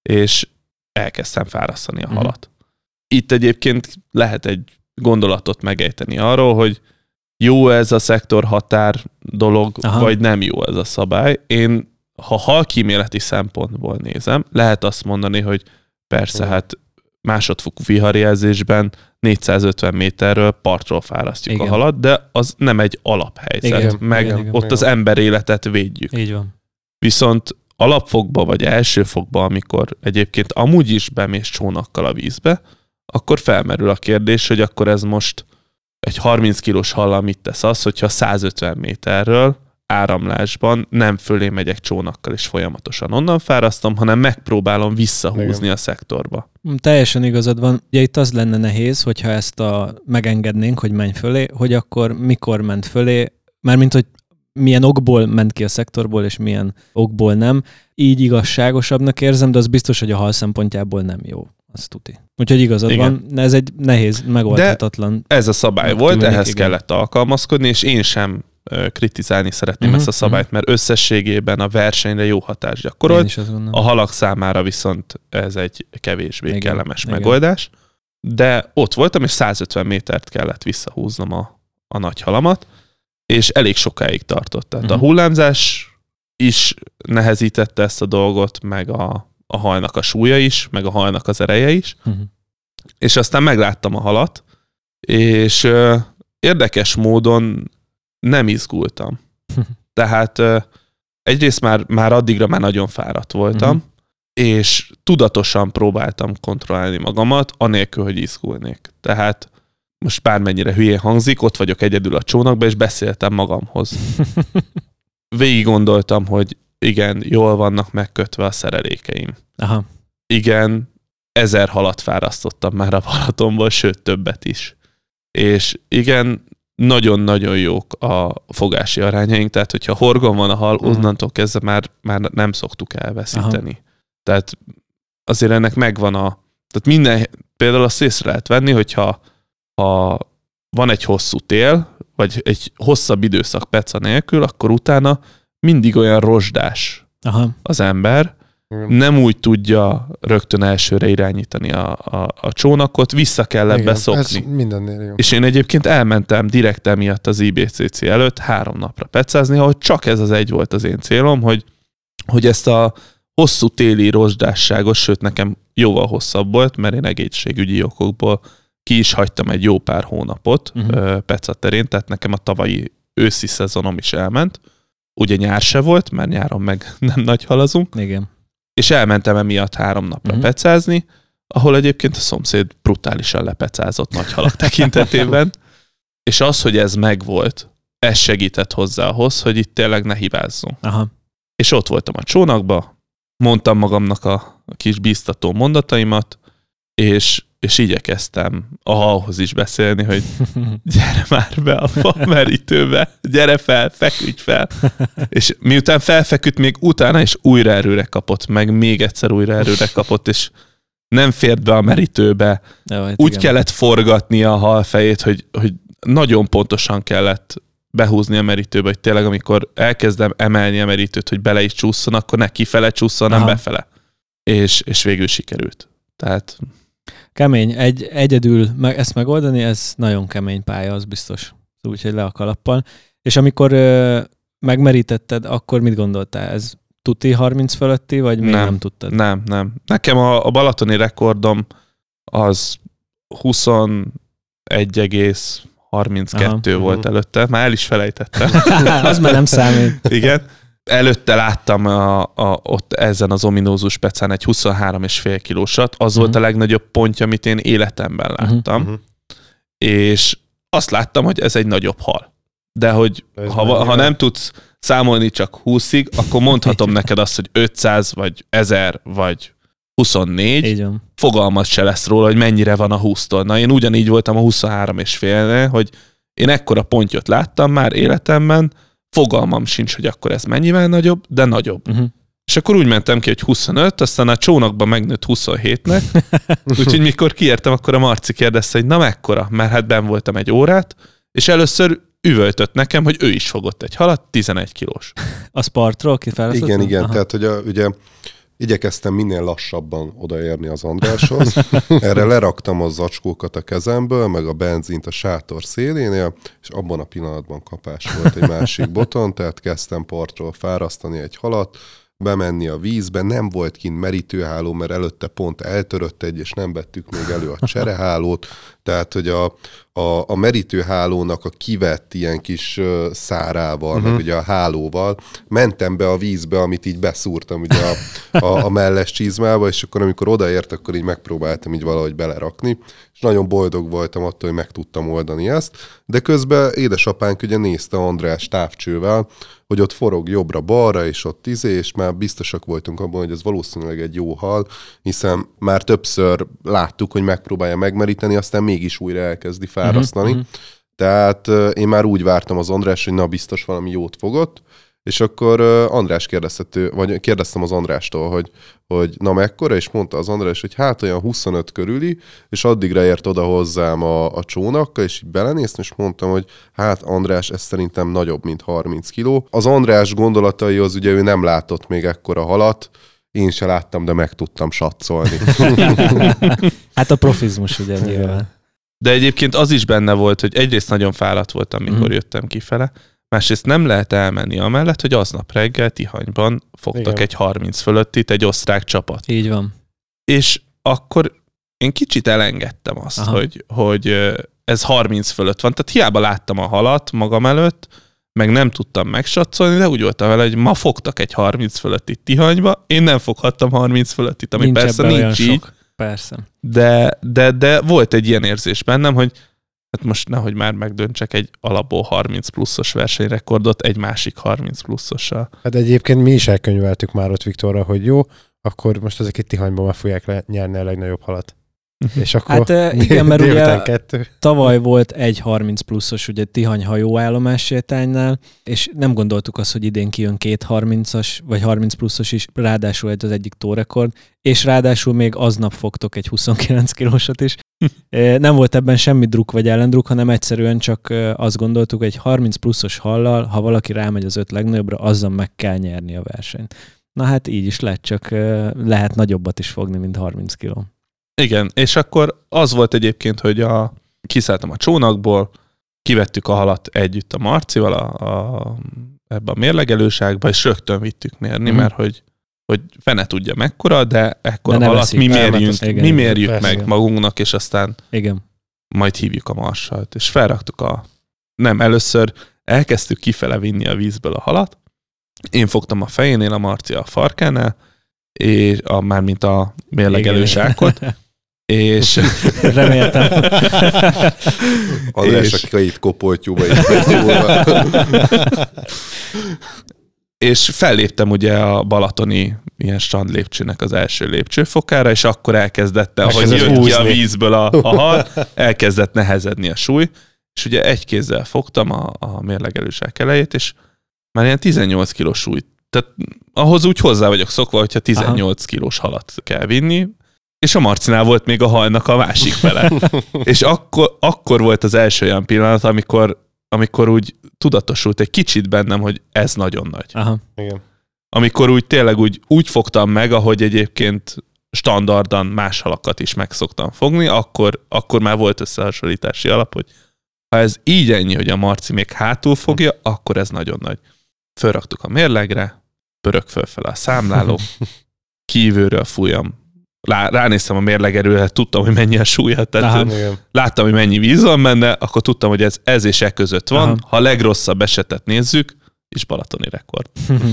és elkezdtem fárasztani a halat. Itt egyébként lehet egy gondolatot megejteni arról, hogy jó ez a szektorhatár dolog, vagy nem jó ez a szabály. Én, ha halkíméleti szempontból nézem, lehet azt mondani, hogy persze, hát másodfokú viharjelzésben 450 méterről partról fárasztjuk a halat, de az nem egy alaphelyzet. Igen, ott az ember életet védjük. Így van. Viszont alapfokba vagy elsőfokba, amikor egyébként amúgy is bemész csónakkal a vízbe, akkor felmerül a kérdés, hogy akkor ez most egy 30 kilós hallal mit tesz az, hogyha 150 méterről áramlásban nem fölé megyek csónakkal és folyamatosan onnan fárasztom, hanem megpróbálom visszahúzni a szektorba. Teljesen igazad van. Ugye itt az lenne nehéz, hogyha ezt megengednénk, hogy menj fölé, hogy akkor mikor ment fölé, mármint, hogy milyen okból ment ki a szektorból, és milyen okból nem. Így igazságosabbnak érzem, de az biztos, hogy a hal szempontjából nem jó. Az tuti. Úgyhogy igazad van, ez egy nehéz, megoldhatatlan. De ez a szabály volt, ehhez kellett alkalmazkodni, és én sem kritizálni szeretném ezt a szabályt, mert összességében a versenyre jó hatást gyakorolt. A halak számára viszont ez egy kevésbé kellemes megoldás. De ott voltam, és 150 métert kellett visszahúznom a nagy halamat, és elég sokáig tartott. Tehát a hullámzás is nehezítette ezt a dolgot, meg a halnak a súlya is, meg a halnak az ereje is. És aztán megláttam a halat, és érdekes módon nem izgultam. Tehát egyrészt már addigra már nagyon fáradt voltam, és tudatosan próbáltam kontrollálni magamat, anélkül, hogy izgulnék. Tehát most bármennyire hülyén hangzik, ott vagyok egyedül a csónakba, és beszéltem magamhoz. Végig gondoltam, hogy igen, jól vannak megkötve a szerelékeim. Aha. Igen, 1000 halat fárasztottam már a Balatonból, sőt többet is. És igen, nagyon-nagyon jók a fogási arányaink, tehát hogyha horgon van a hal, onnantól kezdve már nem szoktuk elveszíteni. Aha. Tehát azért ennek megvan tehát minden, például azt észre lehet venni, hogyha van egy hosszú tél, vagy egy hosszabb időszak peca nélkül, akkor utána mindig olyan rozsdás az ember, nem úgy tudja rögtön elsőre irányítani a csónakot, vissza kell ebbe szokni. Mindennél jó. És én egyébként elmentem direkt emiatt az IBCC előtt 3 napra pecázni, ahogy csak ez az egy volt az én célom, hogy ezt a hosszú téli rozsdásságos, sőt nekem jóval hosszabb volt, mert én egészségügyi okokból ki is hagytam egy jó pár hónapot peca terén, tehát nekem a tavalyi őszi szezonom is elment. Ugye nyár se volt, mert nyáron meg nem nagy halazunk. Igen. És elmentem emiatt 3 napra pecázni, ahol egyébként a szomszéd brutálisan lepecázott nagy halak tekintetében. És az, hogy ez megvolt, ez segített hozzá ahhoz, hogy itt tényleg ne hibázzunk. Aha. És ott voltam a csónakba, mondtam magamnak a kis bíztató mondataimat, és igyekeztem a halhoz is beszélni, hogy gyere már be a merítőbe, gyere fel, feküdj fel. És miután felfeküdt, még utána is újra erőre kapott, meg még egyszer újra erőre kapott, és nem fért be a merítőbe. Úgy kellett forgatni a hal fejét, hogy nagyon pontosan kellett behúzni a merítőbe, hogy tényleg amikor elkezdem emelni a merítőt, hogy bele is csúszson, akkor ne kifele csúszson, hanem befele. És végül sikerült. Tehát... Kemény. Egyedül ezt megoldani, ez nagyon kemény pálya, az biztos. Úgyhogy le a kalappal. És amikor megmerítetted, akkor mit gondoltál? Ez tuti 30 fölötti, vagy még nem tudtad? Nem. Nekem a balatoni rekordom az 21,32 volt előtte. Már el is felejtettem. Az már nem számít. Igen. Előtte láttam ott ezen az ominózus pecán egy 23,5 kilósat. Az volt a legnagyobb pontja, amit én életemben láttam. És azt láttam, hogy ez egy nagyobb hal. De hogy ha nem tudsz számolni csak 20-ig, akkor mondhatom neked azt, hogy 500, vagy 1000, vagy 24. Fogalmaz se lesz róla, hogy mennyire van a 20-tól. Na, én ugyanígy voltam a 23,5-nél, hogy én ekkora pontyot láttam már életemben, fogalmam sincs, hogy akkor ez mennyivel nagyobb, de nagyobb. És akkor úgy mentem ki, hogy 25, aztán a csónakban megnőtt 27-nek, úgyhogy mikor kiértem, akkor a Marci kérdezte, hogy na mekkora, mert hát benn voltam egy órát, és először üvöltött nekem, hogy ő is fogott egy halat, 11 kilós. A Spartról kifelasztott? Igen. Aha. Tehát, hogy ugye igyekeztem minél lassabban odaérni az Andráshoz. Erre leraktam a zacskókat a kezemből, meg a benzint a sátor szélénél, és abban a pillanatban kapás volt egy másik boton, tehát kezdtem partról fárasztani egy halat, bemenni a vízbe, nem volt kint merítőháló, mert előtte pont eltörött egy, és nem vettük még elő a cserehálót, tehát, hogy a merítőhálónak a kivett ilyen kis szárával, meg ugye a hálóval mentem be a vízbe, amit így beszúrtam ugye a melles csizmába, és akkor amikor odaért, akkor így megpróbáltam így valahogy belerakni, és nagyon boldog voltam attól, hogy meg tudtam oldani ezt, de közben édesapánk ugye nézte András távcsővel, hogy ott forog jobbra-balra, és ott és már biztosak voltunk abban, hogy ez valószínűleg egy jó hal, hiszen már többször láttuk, hogy megpróbálja megmeríteni, aztán mégis újra elkezdi fárasztani. Tehát én már úgy vártam az András, hogy na biztos valami jót fogott, és akkor kérdeztem az Andrástól, hogy na mekkora, és mondta az András, hogy hát olyan 25 körüli, és addigra ért oda hozzám a csónakkal, és így belenéztem, és mondtam, hogy hát András, ez szerintem nagyobb, mint 30 kiló. Az András gondolataihoz ugye ő nem látott még ekkora halat, én se láttam, de meg tudtam satszolni. Hát a profizmus ugye nyilván. De egyébként az is benne volt, hogy egyrészt nagyon fáradt voltam, mikor jöttem kifele, Másrészt nem lehet elmenni amellett, hogy aznap reggel Tihanyban fogtak Igen. egy 30 fölöttit, egy osztrák csapat. Így van. És akkor én kicsit elengedtem azt, hogy ez 30 fölött van. Tehát hiába láttam a halat magam előtt, meg nem tudtam megsatszolni, de úgy voltam vele, hogy ma fogtak egy 30 fölöttit Tihanyba, én nem foghattam 30 fölöttit, ami Nincs persze ebben olyan nincs így. sok. Persze. De volt egy ilyen érzés bennem, hogy hát most nehogy már megdöntsek egy alapból 30 pluszos versenyrekordot egy másik 30 pluszossal. Hát egyébként mi is elkönyveltük már ott Viktorra, hogy jó, akkor most ezek itt Tihanyban már fogják nyerni a legnagyobb halat. És akkor Hát igen, mert ugye délután 2. tavaly volt egy 30 pluszos ugye Tihany hajóállomás sétánynál, és nem gondoltuk azt, hogy idén kijön 2 30-as, vagy 30 pluszos is, ráadásul az egyik tórekord, és ráadásul még aznap fogtok egy 29 kilósat is. Nem volt ebben semmi druk vagy ellendruk, hanem egyszerűen csak azt gondoltuk, hogy egy 30 pluszos hallal, ha valaki rámegy az 5 legnagyobbra, azzal meg kell nyerni a versenyt. Na hát így is lett, csak lehet nagyobbat is fogni, mint 30 kiló. Igen, és akkor az volt egyébként, hogy kiszálltam a csónakból, kivettük a halat együtt a Marcival ebbe a mérlegelőságba, és rögtön vittük mérni, mert hogy fene tudja mekkora, de ekkora halat mi mérjük meg magunknak, és aztán majd hívjuk a marsalt. És felraktuk először elkezdtük kifele vinni a vízből a halat, én fogtam a fejénél, a Marci a farkánál, és mármint a mérlegelőságot, és reméltem. András a kait kopoltyúba is. És felléptem ugye a balatoni ilyen strandlépcsőnek az első lépcsőfokára, és akkor elkezdett, ahogy jött ki a vízből a hal, elkezdett nehezedni a súly, és ugye egy kézzel fogtam a mérlegelőság elejét, és már ilyen 18 kilós súly. Tehát ahhoz úgy hozzá vagyok szokva, hogyha 18 kilós halat kell vinni, és a Marcinál volt még a halnak a másik fele. És akkor volt az első olyan pillanat, amikor úgy tudatosult egy kicsit bennem, hogy ez nagyon nagy. Aha. Igen. Amikor úgy tényleg úgy fogtam meg, ahogy egyébként standardan más halakat is meg szoktam fogni, akkor már volt összehasonlítási alap, hogy ha ez így ennyi, hogy a Marci még hátul fogja, akkor ez nagyon nagy. Fölraktuk a mérlegre, pörög fölfele a számláló, kívülről fújjam. Ránéztem a mérlegerőre, tudtam, hogy mennyi a súlya, tehát láttam, hogy mennyi víz van benne, akkor tudtam, hogy ez és e között van. Aha. Ha a legrosszabb esetet nézzük, és balatoni rekord.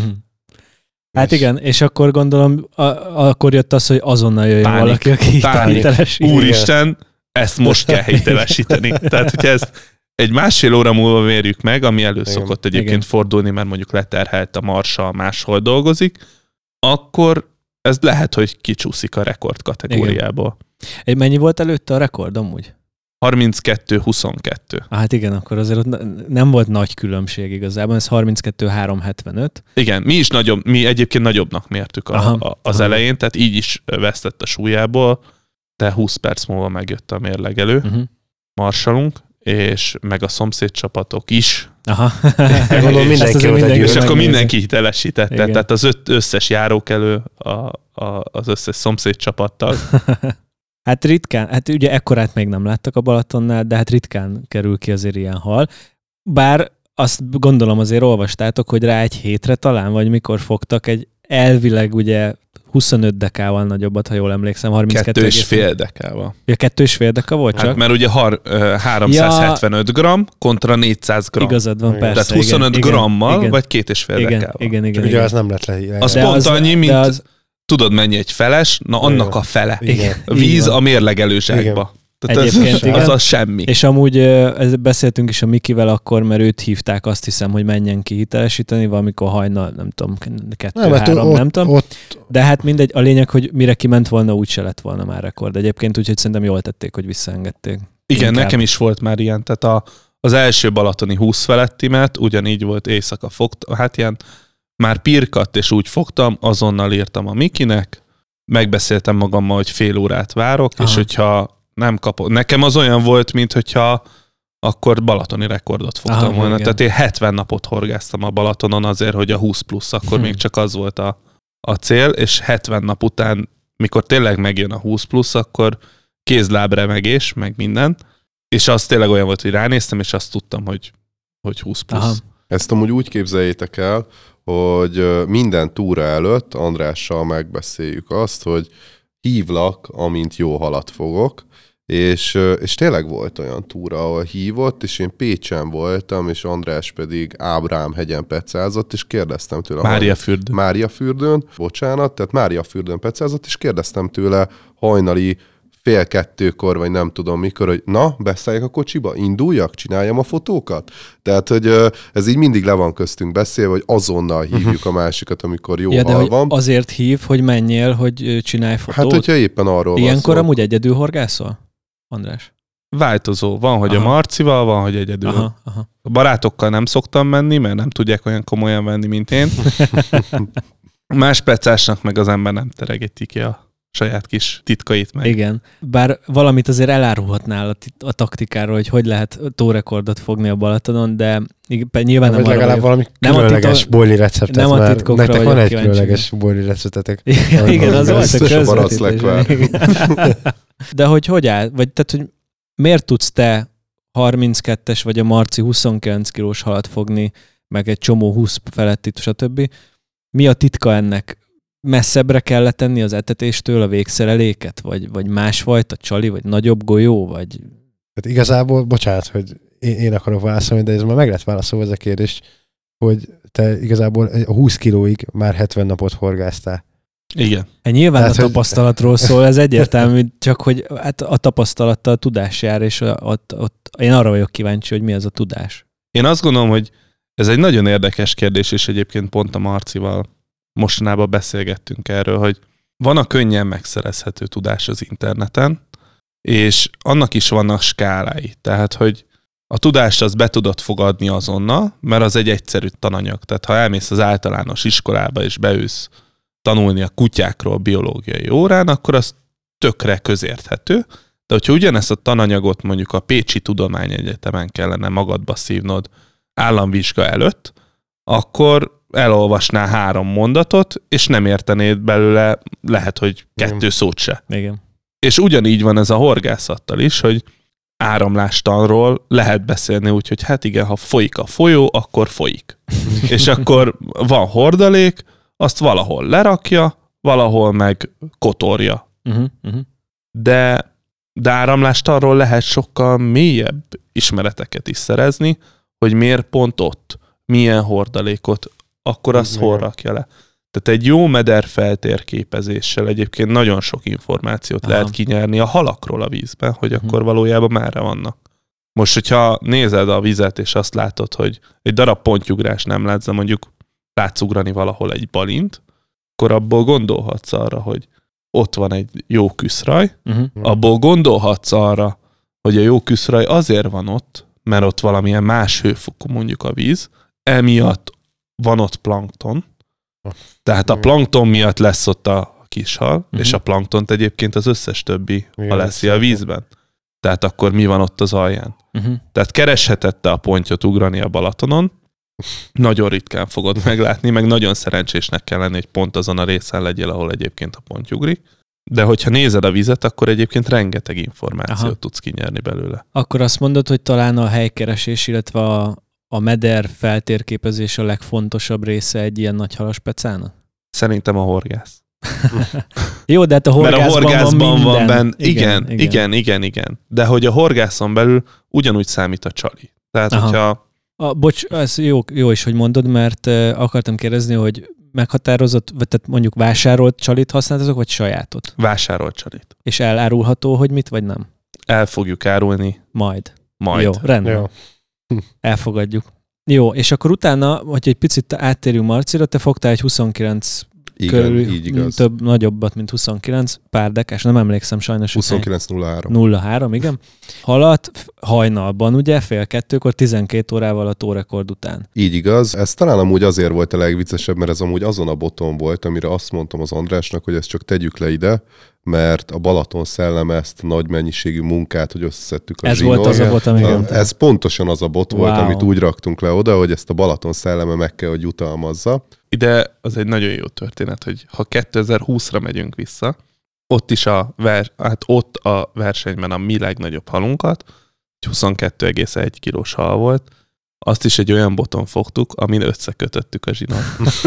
Hát igen, és akkor gondolom, akkor jött az, hogy azonnal jöjjön valaki, aki hitelesít. Úristen, ezt most kell hitelesíteni. Tehát, hogyha ezt egy másfél óra múlva mérjük meg, ami szokott egyébként fordulni, mert mondjuk leterhelt a marsal, máshol dolgozik, akkor ez lehet, hogy kicsúszik a rekord kategóriából. Igen. Mennyi volt előtte a rekord amúgy? 32-22. Hát igen, akkor azért ott nem volt nagy különbség igazából, ez 32-375. Igen, mi egyébként nagyobbnak mértük az elején, tehát így is vesztett a súlyából, de 20 perc múlva megjött a mérlegelő marsalunk, és meg a szomszéd csapatok is. Aha. Gondolom mindenki és akkor mindenki hitelesítette, igen. Tehát az összes járókelő az összes szomszéd csapattal. Hát ritkán, hát ugye ekkorát még nem láttak a Balatonnál, de hát ritkán kerül ki azért ilyen hal. Bár azt gondolom azért olvastátok, hogy rá egy hétre talán, vagy mikor fogtak egy elvileg ugye 25 dekával nagyobbat, ha jól emlékszem, 32 2,5 dekával. Ja, 2,5 deka volt csak? Hát mert ugye 375 gram kontra 400 gram. Igazad van, persze. Tehát 25 grammal, vagy 2,5 dekával. Igen. Ugye az nem lett le. Az pont annyi, mint tudod mennyi egy feles? Na annak a fele. Igen. Víz a mérlegelőságba. Tehát az semmi. És amúgy beszéltünk is a Mikivel akkor, mert őt hívták, azt hiszem, hogy menjen ki hitelesíteni, valamikor hajnal, nem tudom, 2-3, nem tudom. De hát mindegy, a lényeg, hogy mire kiment volna, úgyse lett volna már rekord egyébként, úgyhogy szerintem jól tették, hogy visszaengedték. Igen, inkább. Nekem is volt már ilyen, tehát az első balatoni 20 felettimet, ugyanígy volt éjszaka fogtam, hát ilyen már pirkadt, és úgy fogtam, azonnal írtam a Mikinek, megbeszéltem magammal, hogy fél órát várok, és hogyha nem kapott. Nekem az olyan volt, mint hogyha akkor balatoni rekordot fogtam volna. Igen. Tehát én 70 napot horgáztam a Balatonon azért, hogy a 20 plusz, akkor még csak az volt a cél, és 70 nap után, mikor tényleg megjön a 20 plusz, akkor kézlábremegés, meg minden. És az tényleg olyan volt, hogy ránéztem, és azt tudtam, hogy 20 plusz. Aha. Ezt amúgy úgy képzeljétek el, hogy minden túra előtt Andrással megbeszéljük azt, hogy hívlak, amint jó halat fogok, és tényleg volt olyan túra, ahol hívott, és én Pécsen voltam, és András pedig Ábrám-hegyen pecázott, és kérdeztem tőle... Máriafürdőn, bocsánat, tehát Máriafürdőn pecázott, és kérdeztem tőle hajnali 1:30, vagy nem tudom mikor, hogy na, beszéljek a kocsiba, induljak, csináljam a fotókat. Tehát, hogy ez így mindig le van köztünk beszélve, hogy azonnal hívjuk a másikat, amikor jó hal van. Azért hív, hogy menjél, hogy csinálj fotót? Hát, hogyha éppen arról ilyenkor amúgy egyedül horgászol, András? Változó. Van, hogy a Marcival, van, hogy egyedül. Aha. A barátokkal nem szoktam menni, mert nem tudják olyan komolyan venni, mint én. Más pecásnak meg az ember nem teregeti ki a saját kis titkait meg. Igen. Bár valamit azért elárulhatnál a taktikáról, hogy lehet tórekordot fogni a Balatonon, de nyilván nem legalább valami különleges bojli receptet, nem a titkokra nektek van egy kíváncsi. Különleges bojli receptetek. Igen, az volt a közvetítés. Lekvár. De hogy áll? Vagy tehát, hogy miért tudsz te 32-es vagy a Marci 29 kilós halat fogni, meg egy csomó 20 feletti, stb. Mi a titka ennek? Messzebbre kellett tenni az etetéstől a végszereléket? Vagy másfajta csali, vagy nagyobb golyó? Vagy... Hát igazából, bocsánat, hogy én akarok válaszolni, de ez már meg lett válaszolva ez a kérdés, hogy te igazából a 20 kilóig már 70 napot horgáztál. Igen. Hát nyilván tehát, a tapasztalatról szól, ez egyértelmű, csak hogy hát a tapasztalattal tudás jár, és ott én arra vagyok kíváncsi, hogy mi az a tudás. Én azt gondolom, hogy ez egy nagyon érdekes kérdés, és egyébként pont a Marcival mostanában beszélgettünk erről, hogy van a könnyen megszerezhető tudás az interneten, és annak is vannak skálái. Tehát, hogy a tudást azt be tudod fogadni azonnal, mert az egy egyszerű tananyag. Tehát, ha elmész az általános iskolába, és beülsz tanulni a kutyákról biológiai órán, akkor az tökre közérthető. De hogyha ugyanezt a tananyagot mondjuk a Pécsi Tudományegyetemen kellene magadba szívnod államvizsga előtt, akkor elolvasnál 3 mondatot, és nem értenéd belőle, lehet, hogy 2 szót se. Igen. És ugyanígy van ez a horgászattal is, hogy áramlástanról lehet beszélni úgy, hogy hát igen, ha folyik a folyó, akkor folyik. És akkor van hordalék, azt valahol lerakja, valahol meg kotorja. De áramlástanról lehet sokkal mélyebb ismereteket is szerezni, hogy miért pont ott, milyen hordalékot, akkor azt hol rakja le. Tehát egy jó meder feltérképezéssel egyébként nagyon sok információt lehet kinyerni a halakról a vízben, hogy akkor valójában merre vannak. Most, hogyha nézed a vizet, és azt látod, hogy egy darab pontyugrás nem látsz, de mondjuk látsz ugrani valahol egy balint, akkor abból gondolhatsz arra, hogy ott van egy jó küszraj, abból gondolhatsz arra, hogy a jó küszraj azért van ott, mert ott valamilyen más hőfokú mondjuk a víz, emiatt van ott plankton, tehát a plankton miatt lesz ott a kishal, és a planktont egyébként az összes többi halászi a vízben. Tehát akkor mi van ott az alján? Tehát keresheted te a pontyot ugrani a Balatonon, nagyon ritkán fogod meglátni, meg nagyon szerencsésnek kell lenni, hogy pont azon a részen legyél, ahol egyébként a ponty ugrik. De hogyha nézed a vizet, akkor egyébként rengeteg információt tudsz kinyerni belőle. Akkor azt mondod, hogy talán a helykeresés, illetve a meder feltérképezés a legfontosabb része egy ilyen nagy halaspecának? Szerintem a horgász. Jó, de hát a horgászban van benne. Igen. De hogy a horgászon belül ugyanúgy számít a csali. Tehát, hogyha... Bocs, ez jó is, hogy mondod, mert akartam kérdezni, hogy meghatározott, vagy tehát mondjuk vásárolt csalit használtatok, vagy sajátot? Vásárolt csalit. És elárulható, hogy mit, vagy nem? El fogjuk árulni. Majd. Jó, rendben. Jó. Elfogadjuk. Jó, és akkor utána, hogy egy picit áttérjünk Marcira, te fogtál egy 29 körül, így igaz. Több nagyobbat, mint 29, pár dekás, nem emlékszem sajnos. 29.03. Igen. Halat hajnalban, ugye, 1:30, 12 órával a tórekord után. Így igaz. Ez talán amúgy azért volt a legviccesebb, mert ez amúgy azon a boton volt, amire azt mondtam az Andrásnak, hogy ezt csak tegyük le ide, mert a Balaton szelleme ezt nagy mennyiségű munkát, hogy összeszedtük a zsinót. Ez volt az a bot, amit ez pontosan az a bot volt, amit úgy raktunk le oda, hogy ezt a Balaton szelleme meg kell, hogy jutalmazza. Ide az egy nagyon jó történet, hogy ha 2020-ra megyünk vissza, ott is ott a versenyben a mi legnagyobb halunkat, 22,1 kilós hal volt, azt is egy olyan boton fogtuk, amin összekötöttük a zsinort.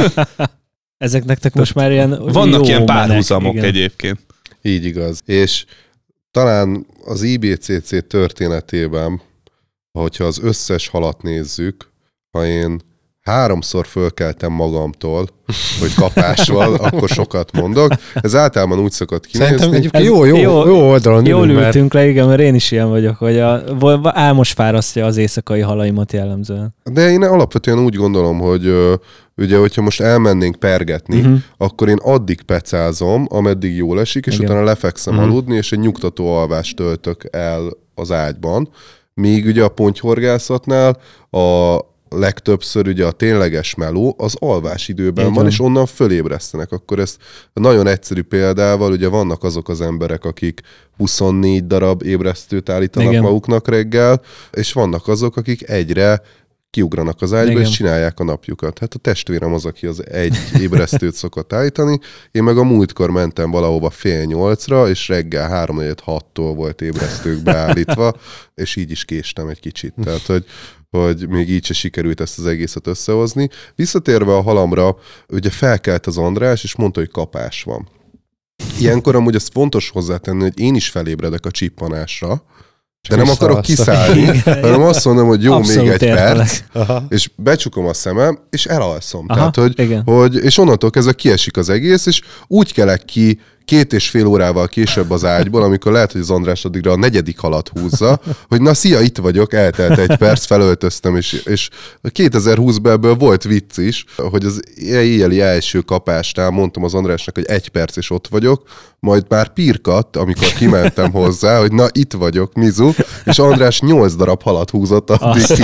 Ezek nektek most már ilyen vannak jó ilyen menek, párhuzamok igen. egyébként. Így igaz. És talán az IBCC történetében, hogyha az összes halat nézzük, ha én 3-szor fölkeltem magamtól, hogy kapás van, akkor sokat mondok. Ez általában úgy szokott Szerintem kinézni. egyébként jó oldalon Jól ülünk, mert ültünk le, igen, mert én is ilyen vagyok, hogy álmos fárasztja az éjszakai halaimat jellemzően. De én alapvetően úgy gondolom, hogy ugye, hogyha most elmennénk pergetni, akkor én addig pecázom, ameddig jól esik, és Igen. utána lefekszem aludni, és egy nyugtató alvást töltök el az ágyban. Míg ugye a pontyhorgászatnál a legtöbbször ugye a tényleges meló az alvás időben Így van, van. és onnan fölébresztenek. Akkor ezt nagyon egyszerű példával, ugye vannak azok az emberek, akik 24 darab ébresztőt állítanak Igen. maguknak reggel, és vannak azok, akik egyre kiugranak az ágyba, Igen. és csinálják a napjukat. Hát a testvérem az, aki az egy ébresztőt szokott állítani. Én meg a múltkor mentem valahova 7:30-ra, és reggel 3-4-6-tól volt ébresztők beállítva, és így is késtem egy kicsit. Tehát, hogy még így se sikerült ezt az egészet összehozni. Visszatérve a halamra, ugye felkelt az András, és mondta, hogy kapás van. Ilyenkor amúgy ez fontos hozzátenni, hogy én is felébredek a csippanásra, de nem akarok kiszállni, hanem azt mondom, hogy jó, Abszolút még egy értelek. perc, Aha. és becsukom a szemem, és elalszom. Aha, Tehát, igen. és onnantól kezdve kiesik az egész, és úgy kelek ki 2,5 órával később az ágyból, amikor lehet, hogy az András addigra a 4. halat húzza, hogy na szia, itt vagyok, eltelt 1 perc, felöltöztem, és 2020-ben ebből volt vicc is, hogy az éjjeli első kapásnál mondtam az Andrásnak, hogy 1 perc, és ott vagyok, majd már pirkadt, amikor kimentem hozzá, hogy na itt vagyok, mizu, és András 8 darab halat húzott addig ki.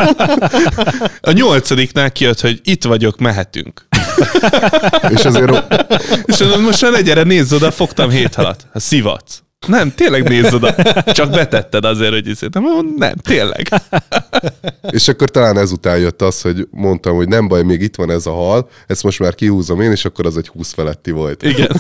A 8-nál kijött, hogy itt vagyok, mehetünk. És azért És most már gyere, nézz oda, fogtam 7 halat. Hát szivatsz. Nem, tényleg nézz oda. Csak betetted azért, hogy hiszed. Nem, tényleg. És akkor talán ezután jött az, hogy mondtam, hogy nem baj, még itt van ez a hal, ezt most már kihúzom én, és akkor az egy 20 feletti volt. Igen.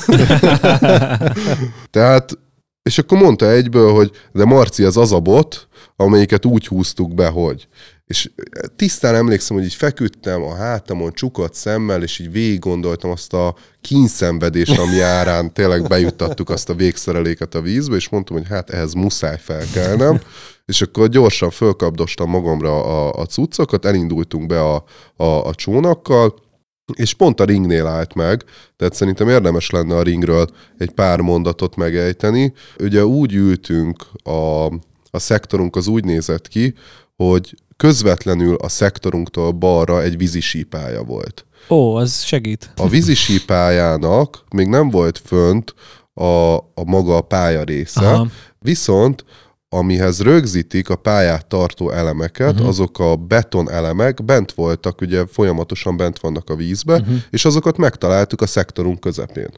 Tehát, és akkor mondta egyből, hogy de Marci, az a bot, amelyiket úgy húztuk be, hogy. És tisztán emlékszem, hogy így feküdtem a hátamon csukott szemmel, és így végig gondoltam azt a kínszenvedést, ami árán tényleg bejuttattuk azt a végszereléket a vízbe, és mondtam, hogy hát ehhez muszáj felkelnem. És akkor gyorsan fölkapdostam magamra a cuccokat, elindultunk be a csónakkal, és pont a ringnél állt meg, tehát szerintem érdemes lenne a ringről egy pár mondatot megejteni. Ugye úgy ültünk, a szektorunk az úgy nézett ki, hogy közvetlenül a szektorunktól balra egy vízisípálya volt. Ó, az segít. A vízisípályának még nem volt fönt a maga a pálya része, Aha. viszont amihez rögzítik a pályát tartó elemeket, azok a beton elemek bent voltak, ugye folyamatosan bent vannak a vízbe, és azokat megtaláltuk a szektorunk közepén.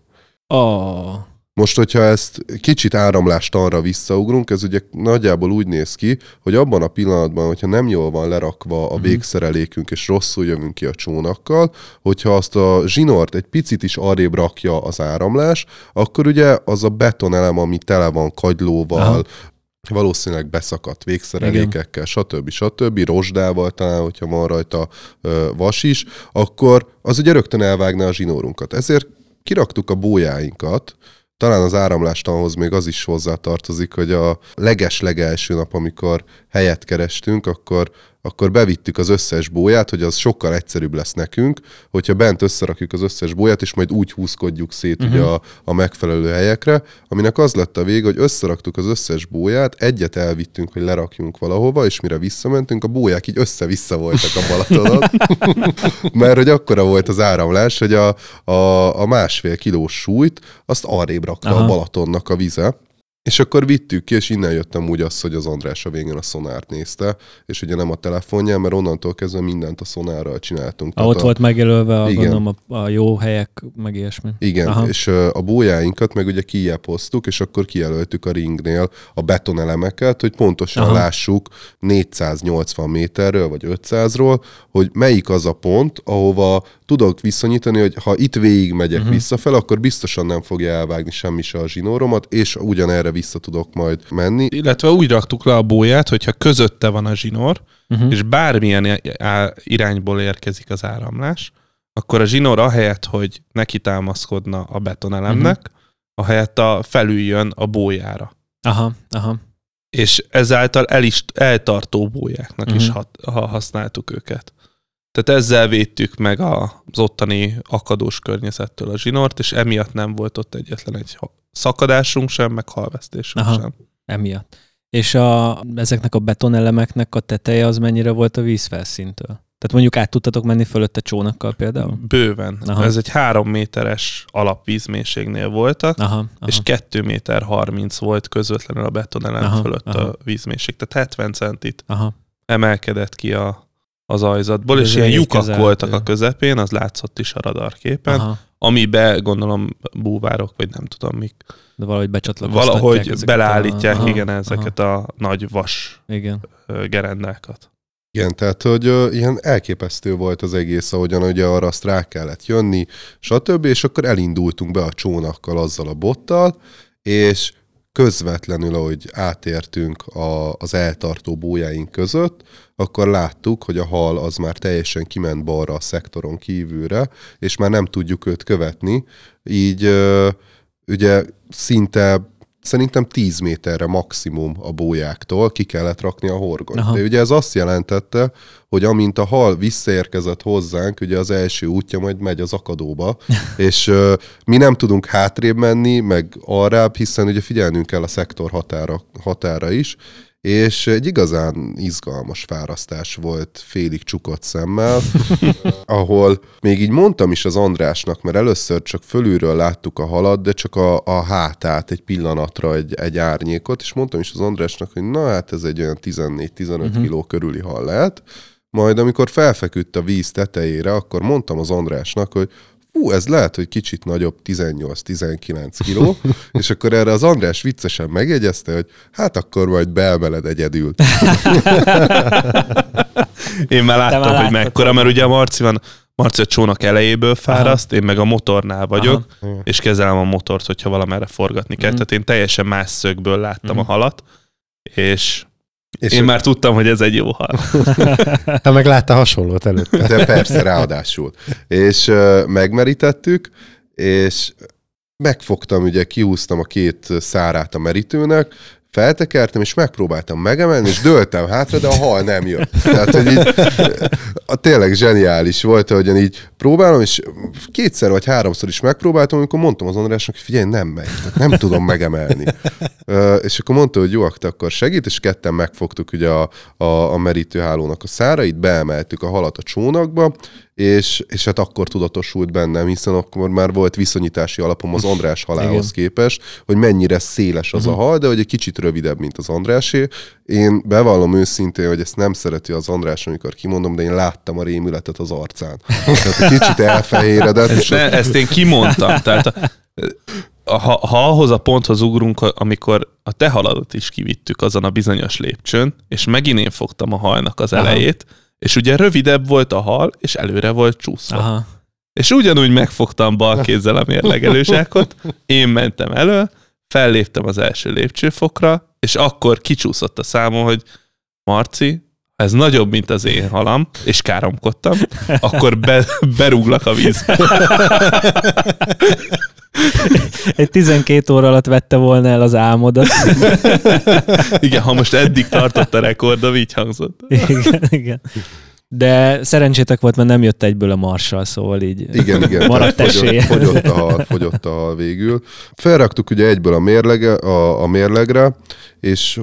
Most, hogyha ezt kicsit áramlást arra visszaugrunk, ez ugye nagyjából úgy néz ki, hogy abban a pillanatban, hogyha nem jól van lerakva a végszerelékünk, és rosszul jövünk ki a csónakkal, hogyha azt a zsinort egy picit is arrébb rakja az áramlás, akkor ugye az a betonelem, ami tele van kagylóval, valószínűleg beszakadt végszerelékekkel, stb. Rozsdával talán, hogyha van rajta vas is, akkor az ugye rögtön elvágná a zsinórunkat. Ezért kiraktuk a bójáinkat, talán az áramlástanhoz még az is hozzátartozik, hogy a leges-legelső nap, amikor helyet kerestünk, akkor bevittük az összes bóját, hogy az sokkal egyszerűbb lesz nekünk, hogyha bent összerakjuk az összes bóját, és majd úgy húzkodjuk szét ugye a megfelelő helyekre, aminek az lett a vége, hogy összeraktuk az összes bóját, egyet elvittünk, hogy lerakjunk valahova, és mire visszamentünk, a bóják így össze-vissza voltak a Balatonon, mert hogy akkora volt az áramlás, hogy a 1,5 kilós súlyt, azt arrébb rakta a Balatonnak a vize. És akkor vittük ki, és innen jöttem úgy az, hogy az András a végén a szonárt nézte, és ugye nem a telefonján, mert onnantól kezdve mindent a szonárral csináltunk. Ott volt megjelölve igen. gondolom a jó helyek, meg ilyesmi. Igen, aha. És a bójáinkat meg ugye kijebb hoztuk, és akkor kijelöltük a ringnél a betonelemeket, hogy pontosan lássuk 480 méterről, vagy 500-ról, hogy melyik az a pont, ahova tudok viszonyítani, hogy ha itt végig megyek visszafel, akkor biztosan nem fogja elvágni semmi se a zsinóromat, és ugyanerre vissza tudok majd menni. Illetve úgy raktuk le a bóját, hogyha közötte van a zsinór, és bármilyen irányból érkezik az áramlás, akkor a zsinór ahelyett, hogy neki támaszkodna a betonelemnek, ahelyett felüljön a bójára. Aha. És ezáltal eltartó bójáknak is használtuk őket. Tehát ezzel védtük meg az ottani akadós környezettől a zsinort, és emiatt nem volt ott egyetlen egy szakadásunk sem, meg halvesztésünk sem. Emiatt. És ezeknek a betonelemeknek a teteje az mennyire volt a vízfelszíntől? Tehát mondjuk át tudtatok menni fölötte csónakkal például? Bőven. Aha. Ez egy 3 méteres alapvízmélységnél voltak, és 2,30 méter volt közvetlenül a betonelem fölött a vízmélység. Tehát 70 centit emelkedett ki az ajzatból, és ilyen lyukak voltak a közepén, az látszott is a radarképen, amibe gondolom búvárok, vagy nem tudom mik. De valahogy becsatlakoztatják. Valahogy beleállítják, ezeket a nagy vas gerendákat. Igen, tehát, hogy ilyen elképesztő volt az egész, ahogyan ugye arra azt rá kellett jönni, stb. És akkor elindultunk be a csónakkal, azzal a bottal, és közvetlenül, ahogy átértünk az eltartó bójáink között, akkor láttuk, hogy a hal az már teljesen kiment balra a szektoron kívülre, és már nem tudjuk őt követni, így ugye szinte szerintem 10 méterre maximum a bójáktól ki kellett rakni a horgonyt. De ugye ez azt jelentette, hogy amint a hal visszaérkezett hozzánk, ugye az első útja majd megy az akadóba, és mi nem tudunk hátrébb menni, meg arrább, hiszen ugye figyelnünk kell a szektor határa is, és egy igazán izgalmas fárasztás volt félig csukott szemmel, ahol még így mondtam is az Andrásnak, mert először csak fölülről láttuk a halat, de csak a hátát egy pillanatra, egy árnyékot, és mondtam is az Andrásnak, hogy na hát ez egy olyan 14-15 kiló körüli hal lehet. Majd amikor felfeküdt a víz tetejére, akkor mondtam az Andrásnak, hogy ez lehet, hogy kicsit nagyobb, 18-19 kiló, és akkor erre az András viccesen megjegyezte, hogy hát akkor majd beemeled egyedül. Én már láttam, hogy mekkora, mert ugye a Marci a csónak elejéből fáraszt, én meg a motornál vagyok, és kezelem a motort, hogyha valamerre forgatni kell. Tehát én teljesen más szögből láttam a halat, és én már tudtam, hogy ez egy jó hal. Te meg látta hasonlót előtte. De persze, ráadásul. És megmerítettük, és megfogtam, ugye kihúztam a 2 szárát a merítőnek, feltekertem, és megpróbáltam megemelni, és dőltem hátra, de a hal nem jött. Tehát, hogy így tényleg zseniális volt, ahogyan így próbálom, és 2-szer vagy 3-szor is megpróbáltam, amikor mondtam az Andrásnak, hogy figyelj, nem megy, nem tudom megemelni. És akkor mondta, hogy jó, akkor segít, és ketten megfogtuk ugye a merítőhálónak a szárait, beemeltük a halat a csónakba, és hát akkor tudatosult bennem, hiszen akkor már volt viszonyítási alapom az András halához képest, hogy mennyire széles az a hal, de hogy egy kicsit rövidebb, mint az Andrásé. Én bevallom őszintén, hogy ezt nem szereti az András, amikor kimondom, de én láttam a rémületet az arcán. Tehát egy kicsit elfehéredett. Ezt én kimondtam. Tehát ha ahhoz a ponthoz ugrunk, amikor a te haladat is kivittük azon a bizonyos lépcsőn, és megint én fogtam a halnak az elejét, és ugye rövidebb volt a hal, és előre volt csúszva. Aha. És ugyanúgy megfogtam bal kézzel a mérlegelőzsákot, én mentem elő, felléptem az első lépcsőfokra, és akkor kicsúszott a számom, hogy Marci, ha ez nagyobb, mint az én halam, és káromkodtam, akkor berúglak a vízbe. Egy 12 óra alatt vette volna el az álmodat. Igen, ha most eddig tartott a rekordom, így hangzott. Igen. De szerencsétek volt, mert nem jött egyből a Marshall, szóval így igen, maradt esélye. Fogyott a hal végül. Felraktuk ugye egyből a mérlegre, és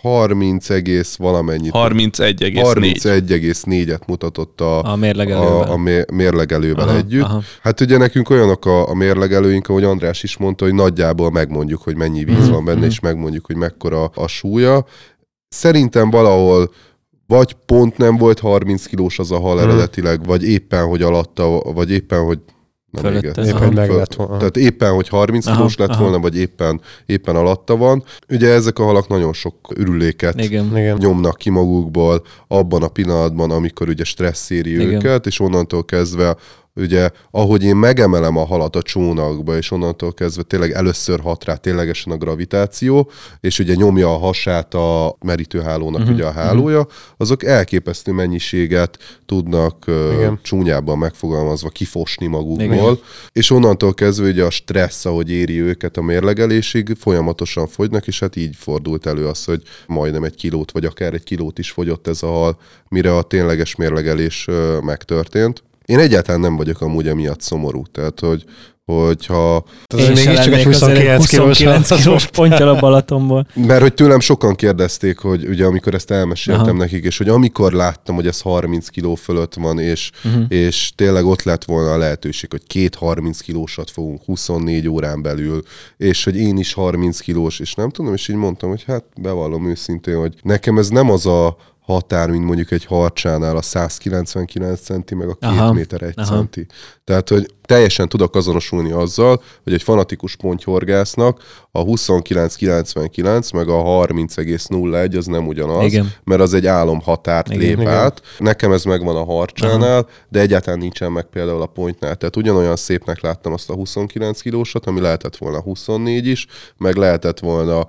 31,4-et mutatott a mérlegelővel együtt. Aha. Hát ugye nekünk olyanok a mérlegelőink, ahogy András is mondta, hogy nagyjából megmondjuk, hogy mennyi víz van benne, és megmondjuk, hogy mekkora a súlya. Szerintem valahol vagy pont nem volt 30 kilós az a hal eredetileg, vagy éppen, hogy alatta, vagy éppen, hogy tehát éppen, hogy 30 kilós lett volna, vagy éppen alatta van. Ugye ezek a halak nagyon sok ürüléket nyomnak ki magukból abban a pillanatban, amikor ugye stresszéri őket, és onnantól kezdve ugye, ahogy én megemelem a halat a csónakba, és onnantól kezdve tényleg először hat rá ténylegesen a gravitáció, és ugye nyomja a hasát a merítőhálónak ugye a hálója, azok elképesztő mennyiséget tudnak csúnyában megfogalmazva kifosni magukból, és onnantól kezdve ugye a stressz, ahogy éri őket a mérlegelésig, folyamatosan fogynak, és hát így fordult elő az, hogy majdnem 1 kilót, vagy akár 1 kilót is fogyott ez a hal, mire a tényleges mérlegelés megtörtént. Én egyáltalán nem vagyok amúgy emiatt szomorú, tehát hogyha... Ez mégiscsak egy 29 kilós ponttyal a Balatonból. Mert hogy tőlem sokan kérdezték, hogy ugye amikor ezt elmeséltem nekik, és hogy amikor láttam, hogy ez 30 kiló fölött van, és tényleg ott lett volna a lehetőség, hogy 2 30 kilósat fogunk 24 órán belül, és hogy én is 30 kilós, és nem tudom, és így mondtam, hogy hát bevallom őszintén, hogy nekem ez nem az a határ, mint mondjuk egy harcsánál a 199 centi, meg a 2 méter 1 centi. Tehát, hogy teljesen tudok azonosulni azzal, hogy egy fanatikus pontyhorgásznak a 29,99 meg a 30,01 az nem ugyanaz, mert az egy álomhatárt lép át. Nekem ez megvan a harcsánál, de egyáltalán nincsen meg például a pontnál. Tehát ugyanolyan szépnek láttam azt a 29 kilósat, ami lehetett volna 24 is, meg lehetett volna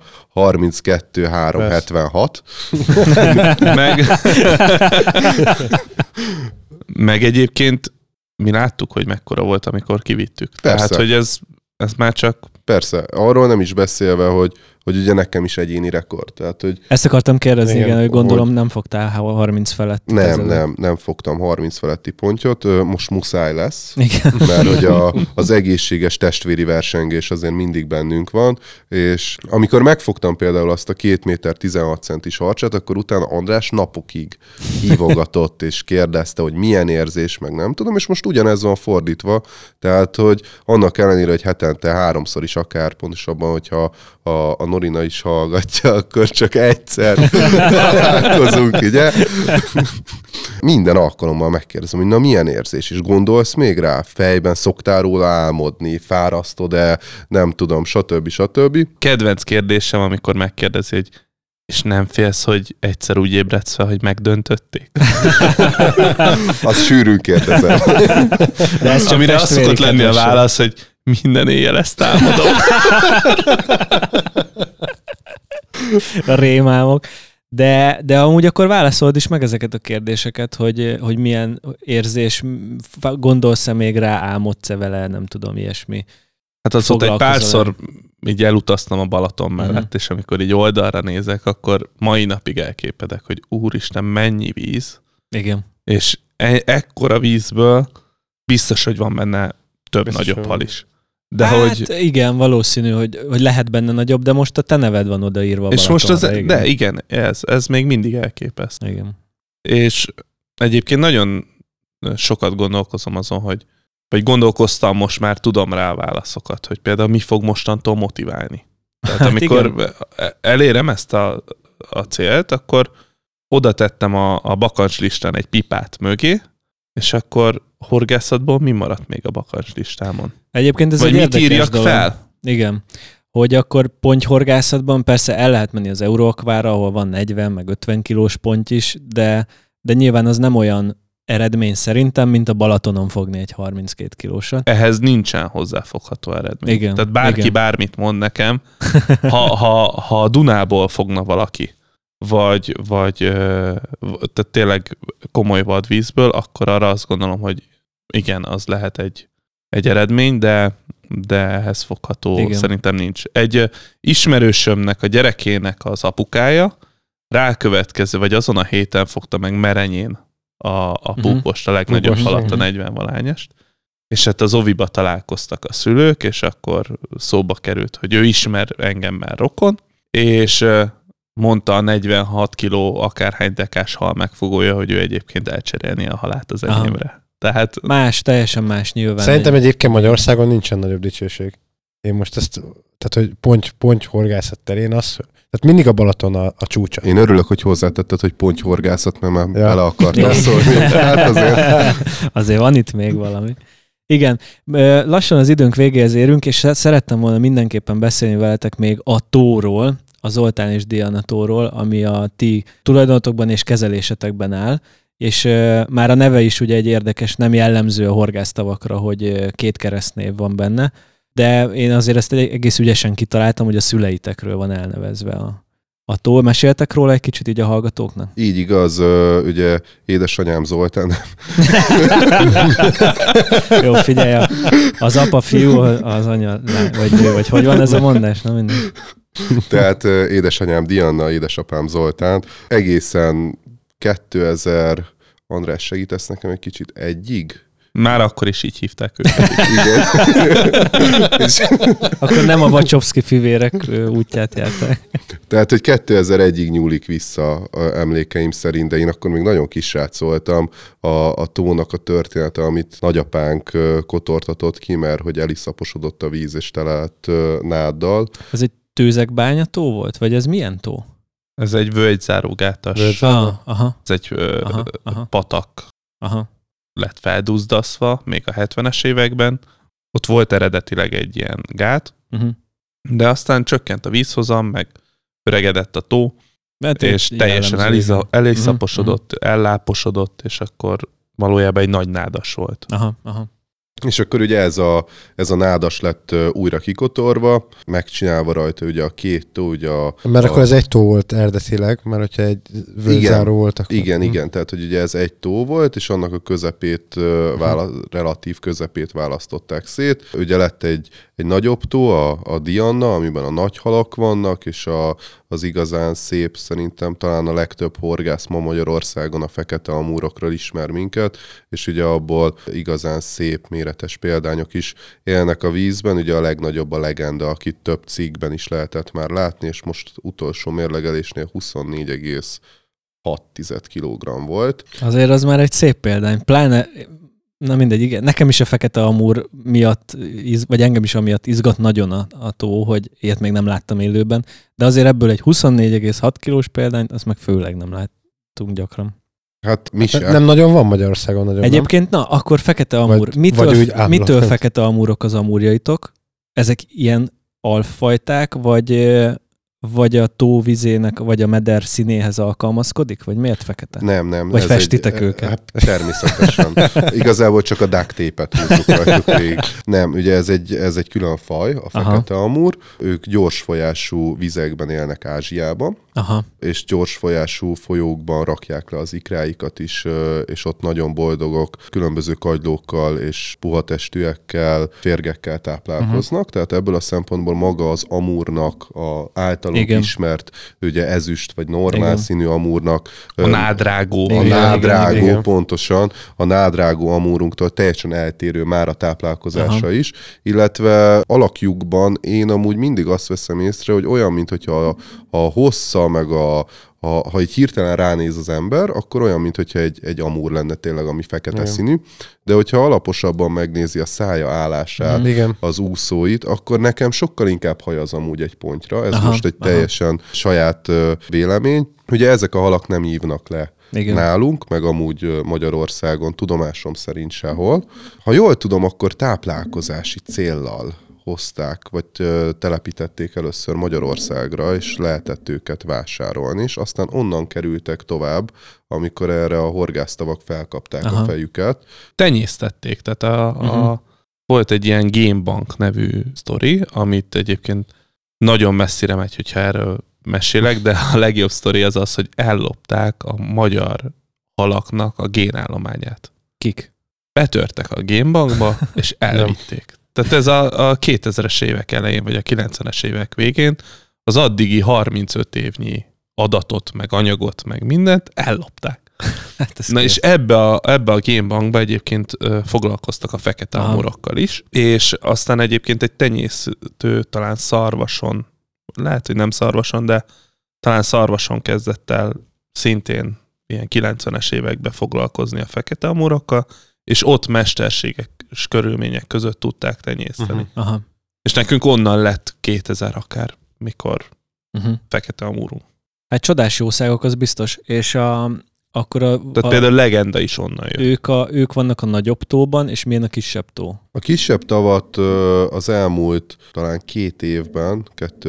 32,376. Meg egyébként mi láttuk, hogy mekkora volt, amikor kivittük. Persze. Tehát, hogy ez már csak... Persze, arról nem is beszélve, hogy ugye nekem is egyéni rekord. Tehát, hogy ezt akartam kérdezni, igen, hogy gondolom nem fogtál 30 felett. Nem fogtam 30 feletti pontyot, most muszáj lesz, igen. Mert hogy az egészséges testvéri versengés azért mindig bennünk van, és amikor megfogtam például azt a 2 méter 16 centis harcsát, akkor utána András napokig hívogatott, és kérdezte, hogy milyen érzés, meg nem tudom, és most ugyanez van fordítva, tehát, hogy annak ellenére, hogy hetente 3-szor is akár, pontosabban, hogyha a Norina is hallgatja, akkor csak egyszer találkozunk, ugye? Minden alkalommal megkérdezem, hogy na milyen érzés, és gondolsz még rá? Fejben szoktál róla álmodni, fárasztod-e, nem tudom, stb. Kedvenc kérdésem, amikor megkérdezi, hogy és nem félsz, hogy egyszer úgy ébredsz fel, hogy megdöntötték? Azt sűrűn kérdezem. De ez csak amire azt szokott lenni a válasz, hogy minden éjjel ezt álmodom. A rémálmok. De amúgy akkor válaszold is meg ezeket a kérdéseket, hogy milyen érzés, gondolsz-e még rá, álmodsz-e vele, nem tudom, ilyesmi. Hát az ott egy párszor így elutaztam a Balaton mellett, és amikor így oldalra nézek, akkor mai napig elképedek, hogy úristen, mennyi víz. Igen. És ekkora vízből biztos, hogy van benne több nagyobb hal is. De hát hogy... igen, valószínű, hogy lehet benne nagyobb, de most a te neved van odaírva. És most az, de igen, ez még mindig elképeszt. Igen. És egyébként nagyon sokat gondolkozom azon, vagy gondolkoztam, most már tudom rá a válaszokat, hogy például mi fog mostantól motiválni. Tehát amikor elérem ezt a célt, akkor oda tettem a bakancslistán egy pipát mögé, és akkor horgászatból mi maradt még a bakancslistámon? Egyébként ez vagy egy mit írjak dolog. fel? Igen. Hogy akkor pontyhorgászatban persze el lehet menni az Euroakvára, ahol van 40 meg 50 kilós ponty is, de nyilván az nem olyan eredmény szerintem, mint a Balatonon fogni egy 32 kilósat. Ehhez nincsen hozzáfogható eredmény. Igen, tehát bárki bármit mond nekem, ha a Dunából fogna valaki, vagy tehát tényleg komoly vadvízből, akkor arra azt gondolom, hogy igen, az lehet egy eredmény, de ehhez fogható szerintem nincs. Egy ismerősömnek, a gyerekének az apukája rákövetkező, vagy azon a héten fogta meg Merenyén a púpost, a legnagyobb halat, a 40-valányast, és hát az oviba találkoztak a szülők, és akkor szóba került, hogy ő ismer engem már rokon, és mondta a 46 kiló akárhány dekás hal megfogója, hogy ő egyébként elcserélni a halát az enyémre. Tehát... teljesen más nyilván. Szerintem egyébként Magyarországon nincsen nagyobb dicsőség. Én most ezt, tehát hogy pontyhorgászat terén tehát mindig a Balaton a csúcsa. Én örülök, hogy hozzátetted, hogy pontyhorgászat, mert már bele akartam szólni. Hát azért van itt még valami. Igen, lassan az időnk végéhez érünk, és szerettem volna mindenképpen beszélni veletek még a tóról, a Zoltán és Diana tóról, ami a ti tulajdonatokban és kezelésetekben áll, és már a neve is ugye egy érdekes, nem jellemző a horgásztavakra, hogy 2 keresztnév van benne, de én azért ezt egész ügyesen kitaláltam, hogy a szüleitekről van elnevezve a tó. Meséltek róla egy kicsit így a hallgatóknak? Így igaz, ugye édesanyám Zoltán. Jó, figyelj, az apa fiú, az anya, vagy hogy van ez a mondás? Na mindegy. Tehát édesanyám Diana, édesapám Zoltán. Egészen 2000, András, segítesz nekem egy kicsit, 1-ig? Már akkor is így hívták őket. Igen. Akkor nem a Wachowski fivérek útját járták. Tehát, hogy 2001-ig nyúlik vissza emlékeim szerint, de én akkor még nagyon kisrác voltam. A tónak a története, amit nagyapánk kotortatott ki, mert hogy eliszaposodott a víz és tele lett náddal. Ez egy Tőzekbánya tó volt? Vagy ez milyen tó? Ez egy völgyzárógátas. Aha. Ez egy patak. Aha. Lett felduzdaszva még a 70-es években. Ott volt eredetileg egy ilyen gát, de aztán csökkent a vízhozam, meg öregedett a tó, és teljesen eliszaposodott, elláposodott, és akkor valójában egy nagy nádas volt. Aha. És akkor ugye ez a nádas lett újra kikotorva, megcsinálva rajta ugye a 2 tó, ugye Mert akkor ez egy tó volt eredetileg, mert hogyha egy völgyzáró volt, akkor... Igen, tehát hogy ugye ez egy tó volt, és annak a közepét, relatív közepét választották szét. Ugye lett egy nagyobb tó, a Diana, amiben a nagy halak vannak, és az igazán szép, szerintem talán a legtöbb horgász ma Magyarországon a fekete amúrokról ismer minket, és ugye abból igazán szép méretes példányok is élnek a vízben. Ugye a legnagyobb a legenda, akit több cikkben is lehetett már látni, és most utolsó mérlegelésnél 24,6 kg volt. Azért az már egy szép példány. Pláne, na mindegy, igen. Nekem is a fekete amúr miatt, vagy engem is amiatt izgat nagyon a tó, hogy ilyet még nem láttam élőben, de azért ebből egy 24,6 kilós példányt, azt meg főleg nem láttunk gyakran. Hát mi sem. Nem nagyon van Magyarországon nagyon. Egyébként, na, akkor fekete amúr. Mitől fekete amúrok az amúrjaitok? Ezek ilyen alfajták, vagy a tóvizének, vagy a meder színéhez alkalmazkodik? Vagy miért fekete? Nem. Vagy festitek őket? Hát természetesen. Igazából csak a duct tape-et húzzuk rajtuk végig. Nem, ugye ez egy külön faj, a fekete amúr. Ők gyors folyású vizekben élnek Ázsiában, és gyors folyású folyókban rakják le az ikráikat is, és ott nagyon boldogok, különböző kagylókkal és puha testűekkel, férgekkel táplálkoznak. Tehát ebből a szempontból maga az amúrnak a általunk ismert, ugye ezüst vagy normál színű amúrnak. A nádrágó. Igen. Pontosan. A nádrágó amúrunktól teljesen eltérő már a táplálkozása is, illetve alakjukban én amúgy mindig azt veszem észre, hogy olyan, mintha a hossza, meg ha így hirtelen ránéz az ember, akkor olyan, mintha egy amúr lenne tényleg, ami fekete színű, de hogyha alaposabban megnézi a szája állását, az úszóit, akkor nekem sokkal inkább hajaz amúgy egy pontyra. Ez most egy teljesen saját vélemény. Ugye ezek a halak nem ívnak le nálunk, meg amúgy Magyarországon tudomásom szerint sehol. Ha jól tudom, akkor táplálkozási céllal hozták, vagy telepítették először Magyarországra, és lehetett őket vásárolni, és aztán onnan kerültek tovább, amikor erre a horgásztavak felkapták a fejüket. Tenyésztették, tehát volt egy ilyen Gamebank nevű sztori, amit egyébként nagyon messzire megy, hogyha erről mesélek, de a legjobb sztori az, hogy ellopták a magyar halaknak a génállományát. Kik? Betörtek a Gamebankba, és elvitték. Tehát ez a 2000-es évek elején, vagy a 90-es évek végén az addigi 35 évnyi adatot, meg anyagot, meg mindent ellopták. Na és ebbe a Gamebankba egyébként foglalkoztak a fekete amúrokkal is, és aztán egyébként egy tenyésztő talán szarvason, lehet, hogy nem szarvason, de talán szarvason kezdett el szintén ilyen 90-es években foglalkozni a fekete amúrokkal, és ott mesterséges körülmények között tudták tenyészteni. És nekünk onnan lett 2000 akár, mikor fekete amúrunk. Hát csodás jószágok, az biztos. És akkor tehát például legenda is onnan jött. Ők vannak a nagyobb tóban, és milyen a kisebb tó? A kisebb tavat az elmúlt talán 2 évben,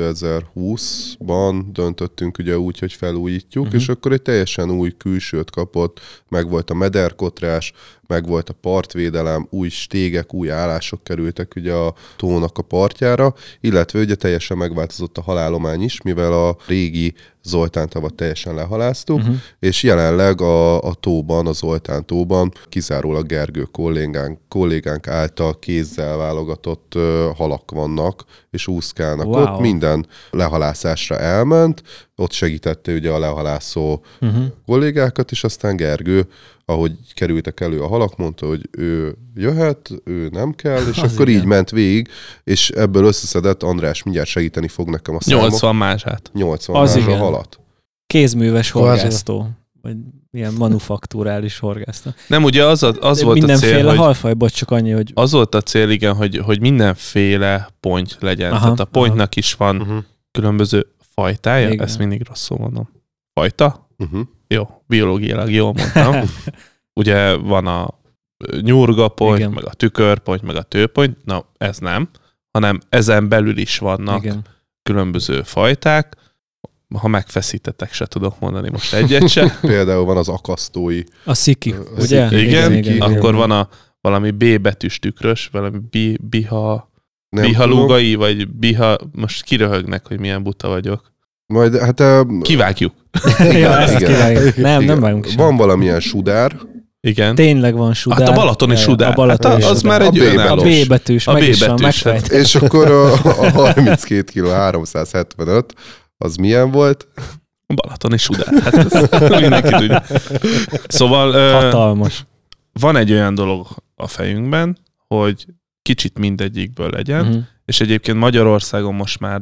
2020-ban döntöttünk ugye úgy, hogy felújítjuk, és akkor egy teljesen új külsőt kapott, meg volt a mederkotrás, meg volt a partvédelem, új stégek, új állások kerültek ugye a tónak a partjára, illetve ugye teljesen megváltozott a halállomány is, mivel a régi Zoltán tavat teljesen lehaláztuk, és jelenleg a tóban, a Zoltán tóban kizárólag Gergő kollégánk által kézzel válogatott halak vannak, és úszkálnak ott. Minden lehalászásra elment, ott segítette ugye a lehalászó kollégákat, és aztán Gergő, ahogy kerültek elő a halak, mondta, hogy ő jöhet, ő nem kell, és az akkor igen. Így ment végig, és ebből összeszedett, András mindjárt segíteni fog nekem a számok. 80 mázsát. 80 mázsa halat. Kézműves horgásztó, vagy ilyen manufakturális horgásztó. Nem, ugye az volt a cél, mindenféle halfajból, csak annyi, hogy... Az volt a cél, igen, hogy mindenféle point legyen. Tehát a pointnak is van különböző fajtája, igen. Ezt mindig rosszul mondom. Fajta? Jó, biológiailag jól mondtam. Ugye van a nyurgapont, igen. Meg a tükörpont, meg a tőpont, na ez nem, hanem ezen belül is vannak igen. Különböző fajták. Ha megfeszítettek, se tudok mondani most egyet se. Például van az akasztói. A sziki, ugye? Igen, akkor van a valami B betűs tükrös, valami bihalúgai, vagy most kiröhögnek, hogy milyen buta vagyok. Majd hát... Kivágjuk. Igen. Kivágjuk. Nem vágunk sem. Van valamilyen sudár. Igen. Tényleg van sudár. Hát a Balaton is sudár. A Balaton hát az már egy önállós. A B betűs, meg is van megfejtve. És akkor a 32 kg 375, az milyen volt? A Balatoni sudár. Hát ezt mindenki tudja. Szóval... Hatalmas. Van egy olyan dolog a fejünkben, hogy kicsit mindegyikből legyen, és egyébként Magyarországon most már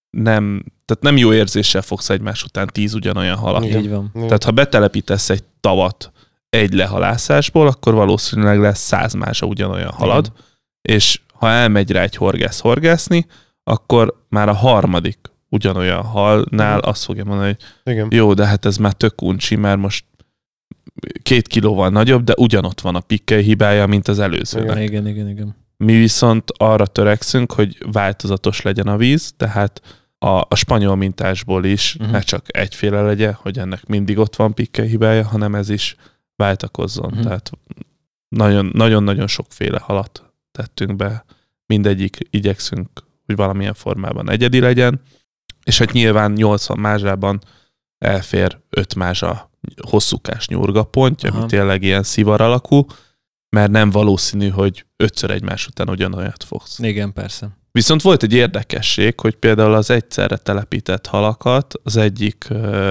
nem jó érzéssel fogsz egymás után 10 ugyanolyan halat. Így van. Tehát ha betelepítesz egy tavat egy lehalászásból, akkor valószínűleg lesz 100 mázsa ugyanolyan halad, és ha elmegy rá egy horgász horgászni, akkor már a harmadik ugyanolyan halnál azt fogja mondani, hogy jó, de hát ez már tök uncsi, mert most 2 kilóval nagyobb, de ugyanott van a pikkely hibája, mint az előzőnek. Igen. Mi viszont arra törekszünk, hogy változatos legyen a víz, tehát a spanyol mintásból is ne csak egyféle legyen, hogy ennek mindig ott van pikkely hibája, hanem ez is váltakozzon. Tehát nagyon-nagyon sokféle halat tettünk be, mindegyik igyekszünk, hogy valamilyen formában egyedi legyen, és hát nyilván 80 mázsában elfér 5 mázsa hosszúkás nyurgapontja, ami tényleg ilyen szivar alakú, mert nem valószínű, hogy 5-ször egymás után ugyanolyat fogsz. Igen, persze. Viszont volt egy érdekesség, hogy például az egyszerre telepített halakat, az egyik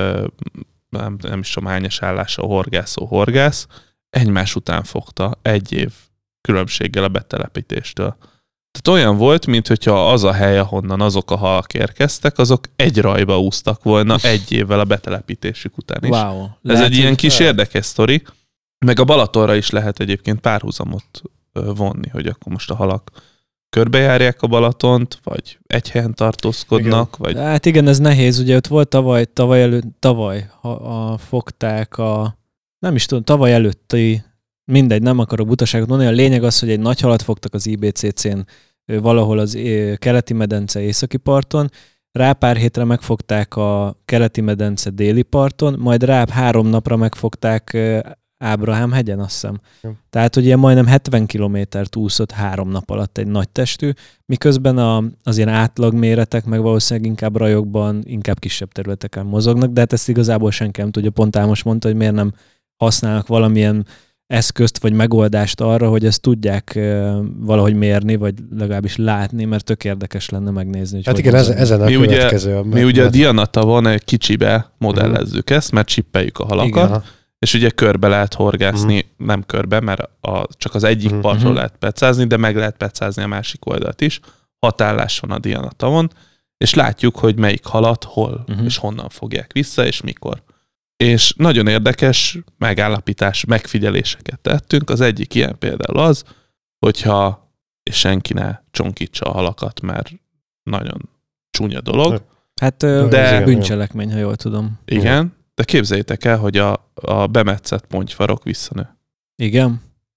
nem is tudom hányas állása a horgász, egymás után fogta 1 év különbséggel a betelepítéstől. Tehát olyan volt, mintha az a hely, ahonnan azok a halak érkeztek, azok egy rajba úsztak volna 1 évvel a betelepítésük után is. Wow. Ez egy ilyen kis érdekes sztori. Meg a Balatonra is lehet egyébként párhuzamot vonni, hogy akkor most a halak körbejárják a Balatont, vagy egy helyen tartózkodnak, vagy... Hát igen, ez nehéz, ugye ott volt tavaly fogták nem is tudom, tavaly előtti, mindegy, nem akarok butaságot mondani, a lényeg az, hogy egy nagy halat fogtak az IBCC-n valahol az keleti medence északi parton, rá pár hétre megfogták a keleti medence déli parton, majd rá 3 napra megfogták Ábrahám hegyen, azt hiszem. Tehát, hogy ilyen majdnem 70 kilométert úszott 3 nap alatt egy nagy testű, miközben az ilyen átlagméretek, meg valószínűleg inkább rajokban, inkább kisebb területeken mozognak, de hát ezt igazából senki nem tudja. Pont Ámos mondta, hogy miért nem használnak valamilyen eszközt vagy megoldást arra, hogy ezt tudják valahogy mérni, vagy legalábbis látni, mert tök érdekes lenne megnézni. Hát igen, ezen a következő. Mi ugye a Dianatavon egy kicsibe modellezzük ezt, mert csippeljük a halakat, igen. És ugye körbe lehet horgászni, nem körbe, mert csak az egyik partról lehet pecázni, de meg lehet pecázni a másik oldalt is. 6 állás van a Dianatavon, és látjuk, hogy melyik halat hol és honnan fogják vissza, és mikor. És nagyon érdekes megfigyeléseket tettünk. Az egyik ilyen például az, hogyha és senki ne csonkítsa a halakat, mert nagyon csúnya dolog. Hát de bűncselekmény, ha jól tudom. Igen, de képzeljétek el, hogy a bemetszett pontyfarok visszanő. Igen?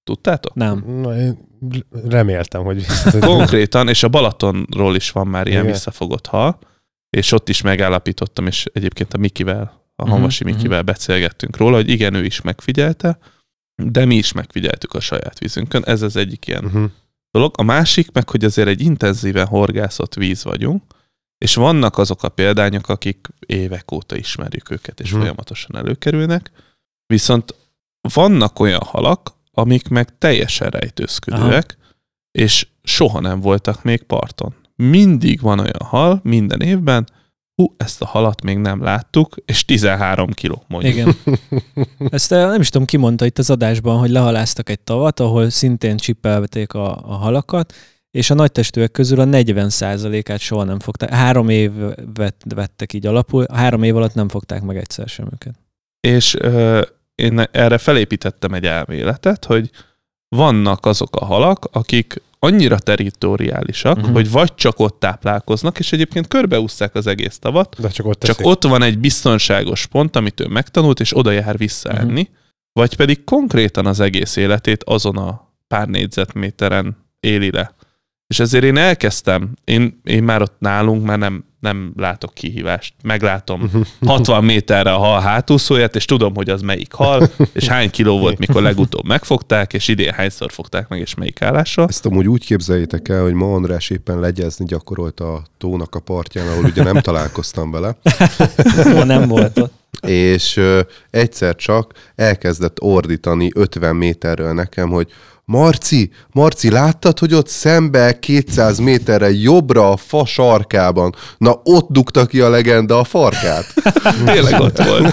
Tudtátok? Nem. Na, én reméltem, hogy Konkrétan, és a Balatonról is van már ilyen Igen. visszafogott hal, és ott is megállapítottam, és egyébként a Mikivel, a Hamvasi Mikivel beszélgettünk róla, hogy igen, ő is megfigyelte, de mi is megfigyeltük a saját vízünkön. Ez az egyik ilyen dolog. A másik meg, hogy azért egy intenzíven horgászott víz vagyunk, és vannak azok a példányok, akik évek óta ismerjük őket, és folyamatosan előkerülnek, viszont vannak olyan halak, amik meg teljesen rejtőzködőek, és soha nem voltak még parton. Mindig van olyan hal, minden évben, ezt a halat még nem láttuk, és 13 kiló, mondjuk. Igen. Ezt nem is tudom, ki mondta itt az adásban, hogy lehaláztak egy tavat, ahol szintén csippelték a halakat, és a nagytestűek közül a 40%-át soha nem fogták. 3 évet vettek így alapul, 3 év alatt nem fogták meg egyszer sem őket. És én erre felépítettem egy elméletet, hogy vannak azok a halak, akik annyira territoriálisak, hogy vagy csak ott táplálkoznak, és egyébként körbeúszták az egész tavat, de csak ott van egy biztonságos pont, amit ő megtanult, és oda jár visszaenni, vagy pedig konkrétan az egész életét azon a pár négyzetméteren éli le. És ezért én elkezdtem, én már ott nálunk már nem látok kihívást. Meglátom 60 méterre a hal hátúszóját, és tudom, hogy az melyik hal, és hány kiló volt, mikor legutóbb megfogták, és idén hányszor fogták meg, és melyik állásra. Ezt amúgy úgy képzeljétek el, hogy ma András éppen legyezni gyakorolt a tónak a partján, ahol ugye nem találkoztam vele. Nem volt ott. És egyszer csak elkezdett ordítani 50 méterről nekem, hogy Marci, láttad, hogy ott szembe 200 méterre jobbra a fa sarkában? Na, ott dugta ki a legenda a farkát. Tényleg ott volt.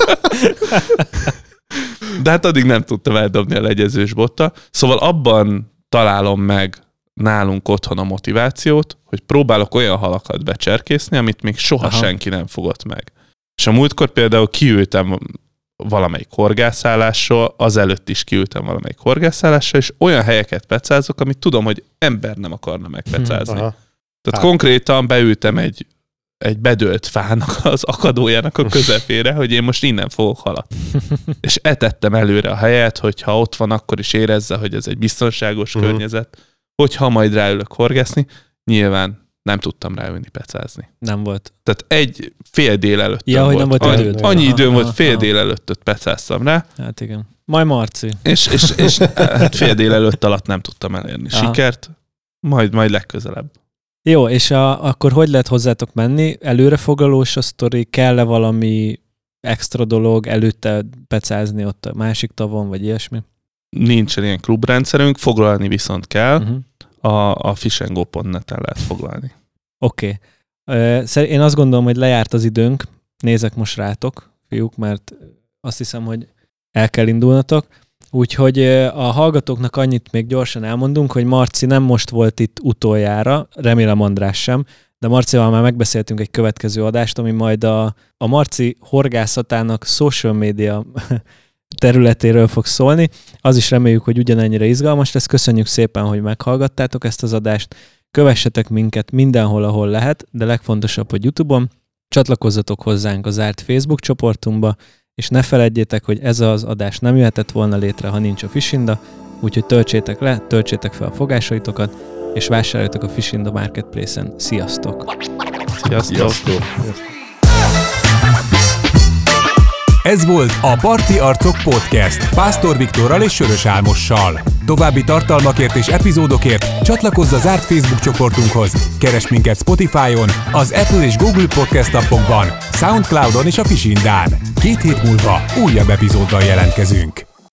De hát addig nem tudtam eldobni a legyezős botta. Szóval abban találom meg nálunk otthon a motivációt, hogy próbálok olyan halakat becserkészni, amit még soha senki nem fogott meg. És a múltkor például kiültem valamelyik horgászállásról, azelőtt is kiültem valamelyik horgászállásról, és olyan helyeket pecázok, amit tudom, hogy ember nem akarna megpecázni. Tehát konkrétan beültem egy bedőlt fának az akadójának a közepére, hogy én most innen fogok halat. És etettem előre a helyet, hogyha ott van, akkor is érezze, hogy ez egy biztonságos környezet, hogyha majd ráülök horgászni, nyilván nem tudtam ráülni pecázni. Nem volt. Tehát egy fél délelőtt hogy nem volt időd. Annyi időm volt, fél délelőtt pecáztam rá. Hát igen. Majd Marci. És hát fél délelőtt alatt nem tudtam elérni sikert. Majd legközelebb. Jó, és akkor hogy lehet hozzátok menni? Előrefoglalós a sztori? Kell-e valami extra dolog előtte pecázni ott a másik tavon, vagy ilyesmi? Nincsen ilyen klubrendszerünk, foglalni viszont kell. A fishandgo.net-en lehet foglalni. Oké. Én azt gondolom, hogy lejárt az időnk. Nézek most rátok, fiúk, mert azt hiszem, hogy el kell indulnatok. Úgyhogy a hallgatóknak annyit még gyorsan elmondunk, hogy Marci nem most volt itt utoljára, remélem András sem, de Marcival már megbeszéltünk egy következő adást, ami majd a Marci horgászatának social media területéről fog szólni. Az is reméljük, hogy ugyanennyire izgalmas lesz. Köszönjük szépen, hogy meghallgattátok ezt az adást. Kövessetek minket mindenhol, ahol lehet, de legfontosabb, hogy YouTube-on. Csatlakozzatok hozzánk a zárt Facebook csoportunkba, és ne feledjétek, hogy ez az adás nem jöhetett volna létre, ha nincs a Fishinda, úgyhogy töltsétek le, töltsétek fel a fogásaitokat, és vásároljatok a Fishinda Marketplace-en. Sziasztok! Sziasztok! Ez volt a Parti Arcok Podcast Pásztor Viktorral és Sörös Álmossal. További tartalmakért és epizódokért csatlakozz a zárt Facebook csoportunkhoz. Keresd minket Spotify-on, az Apple és Google Podcast appokban, Soundcloudon és a Fishindán. 2 hét múlva újabb epizóddal jelentkezünk.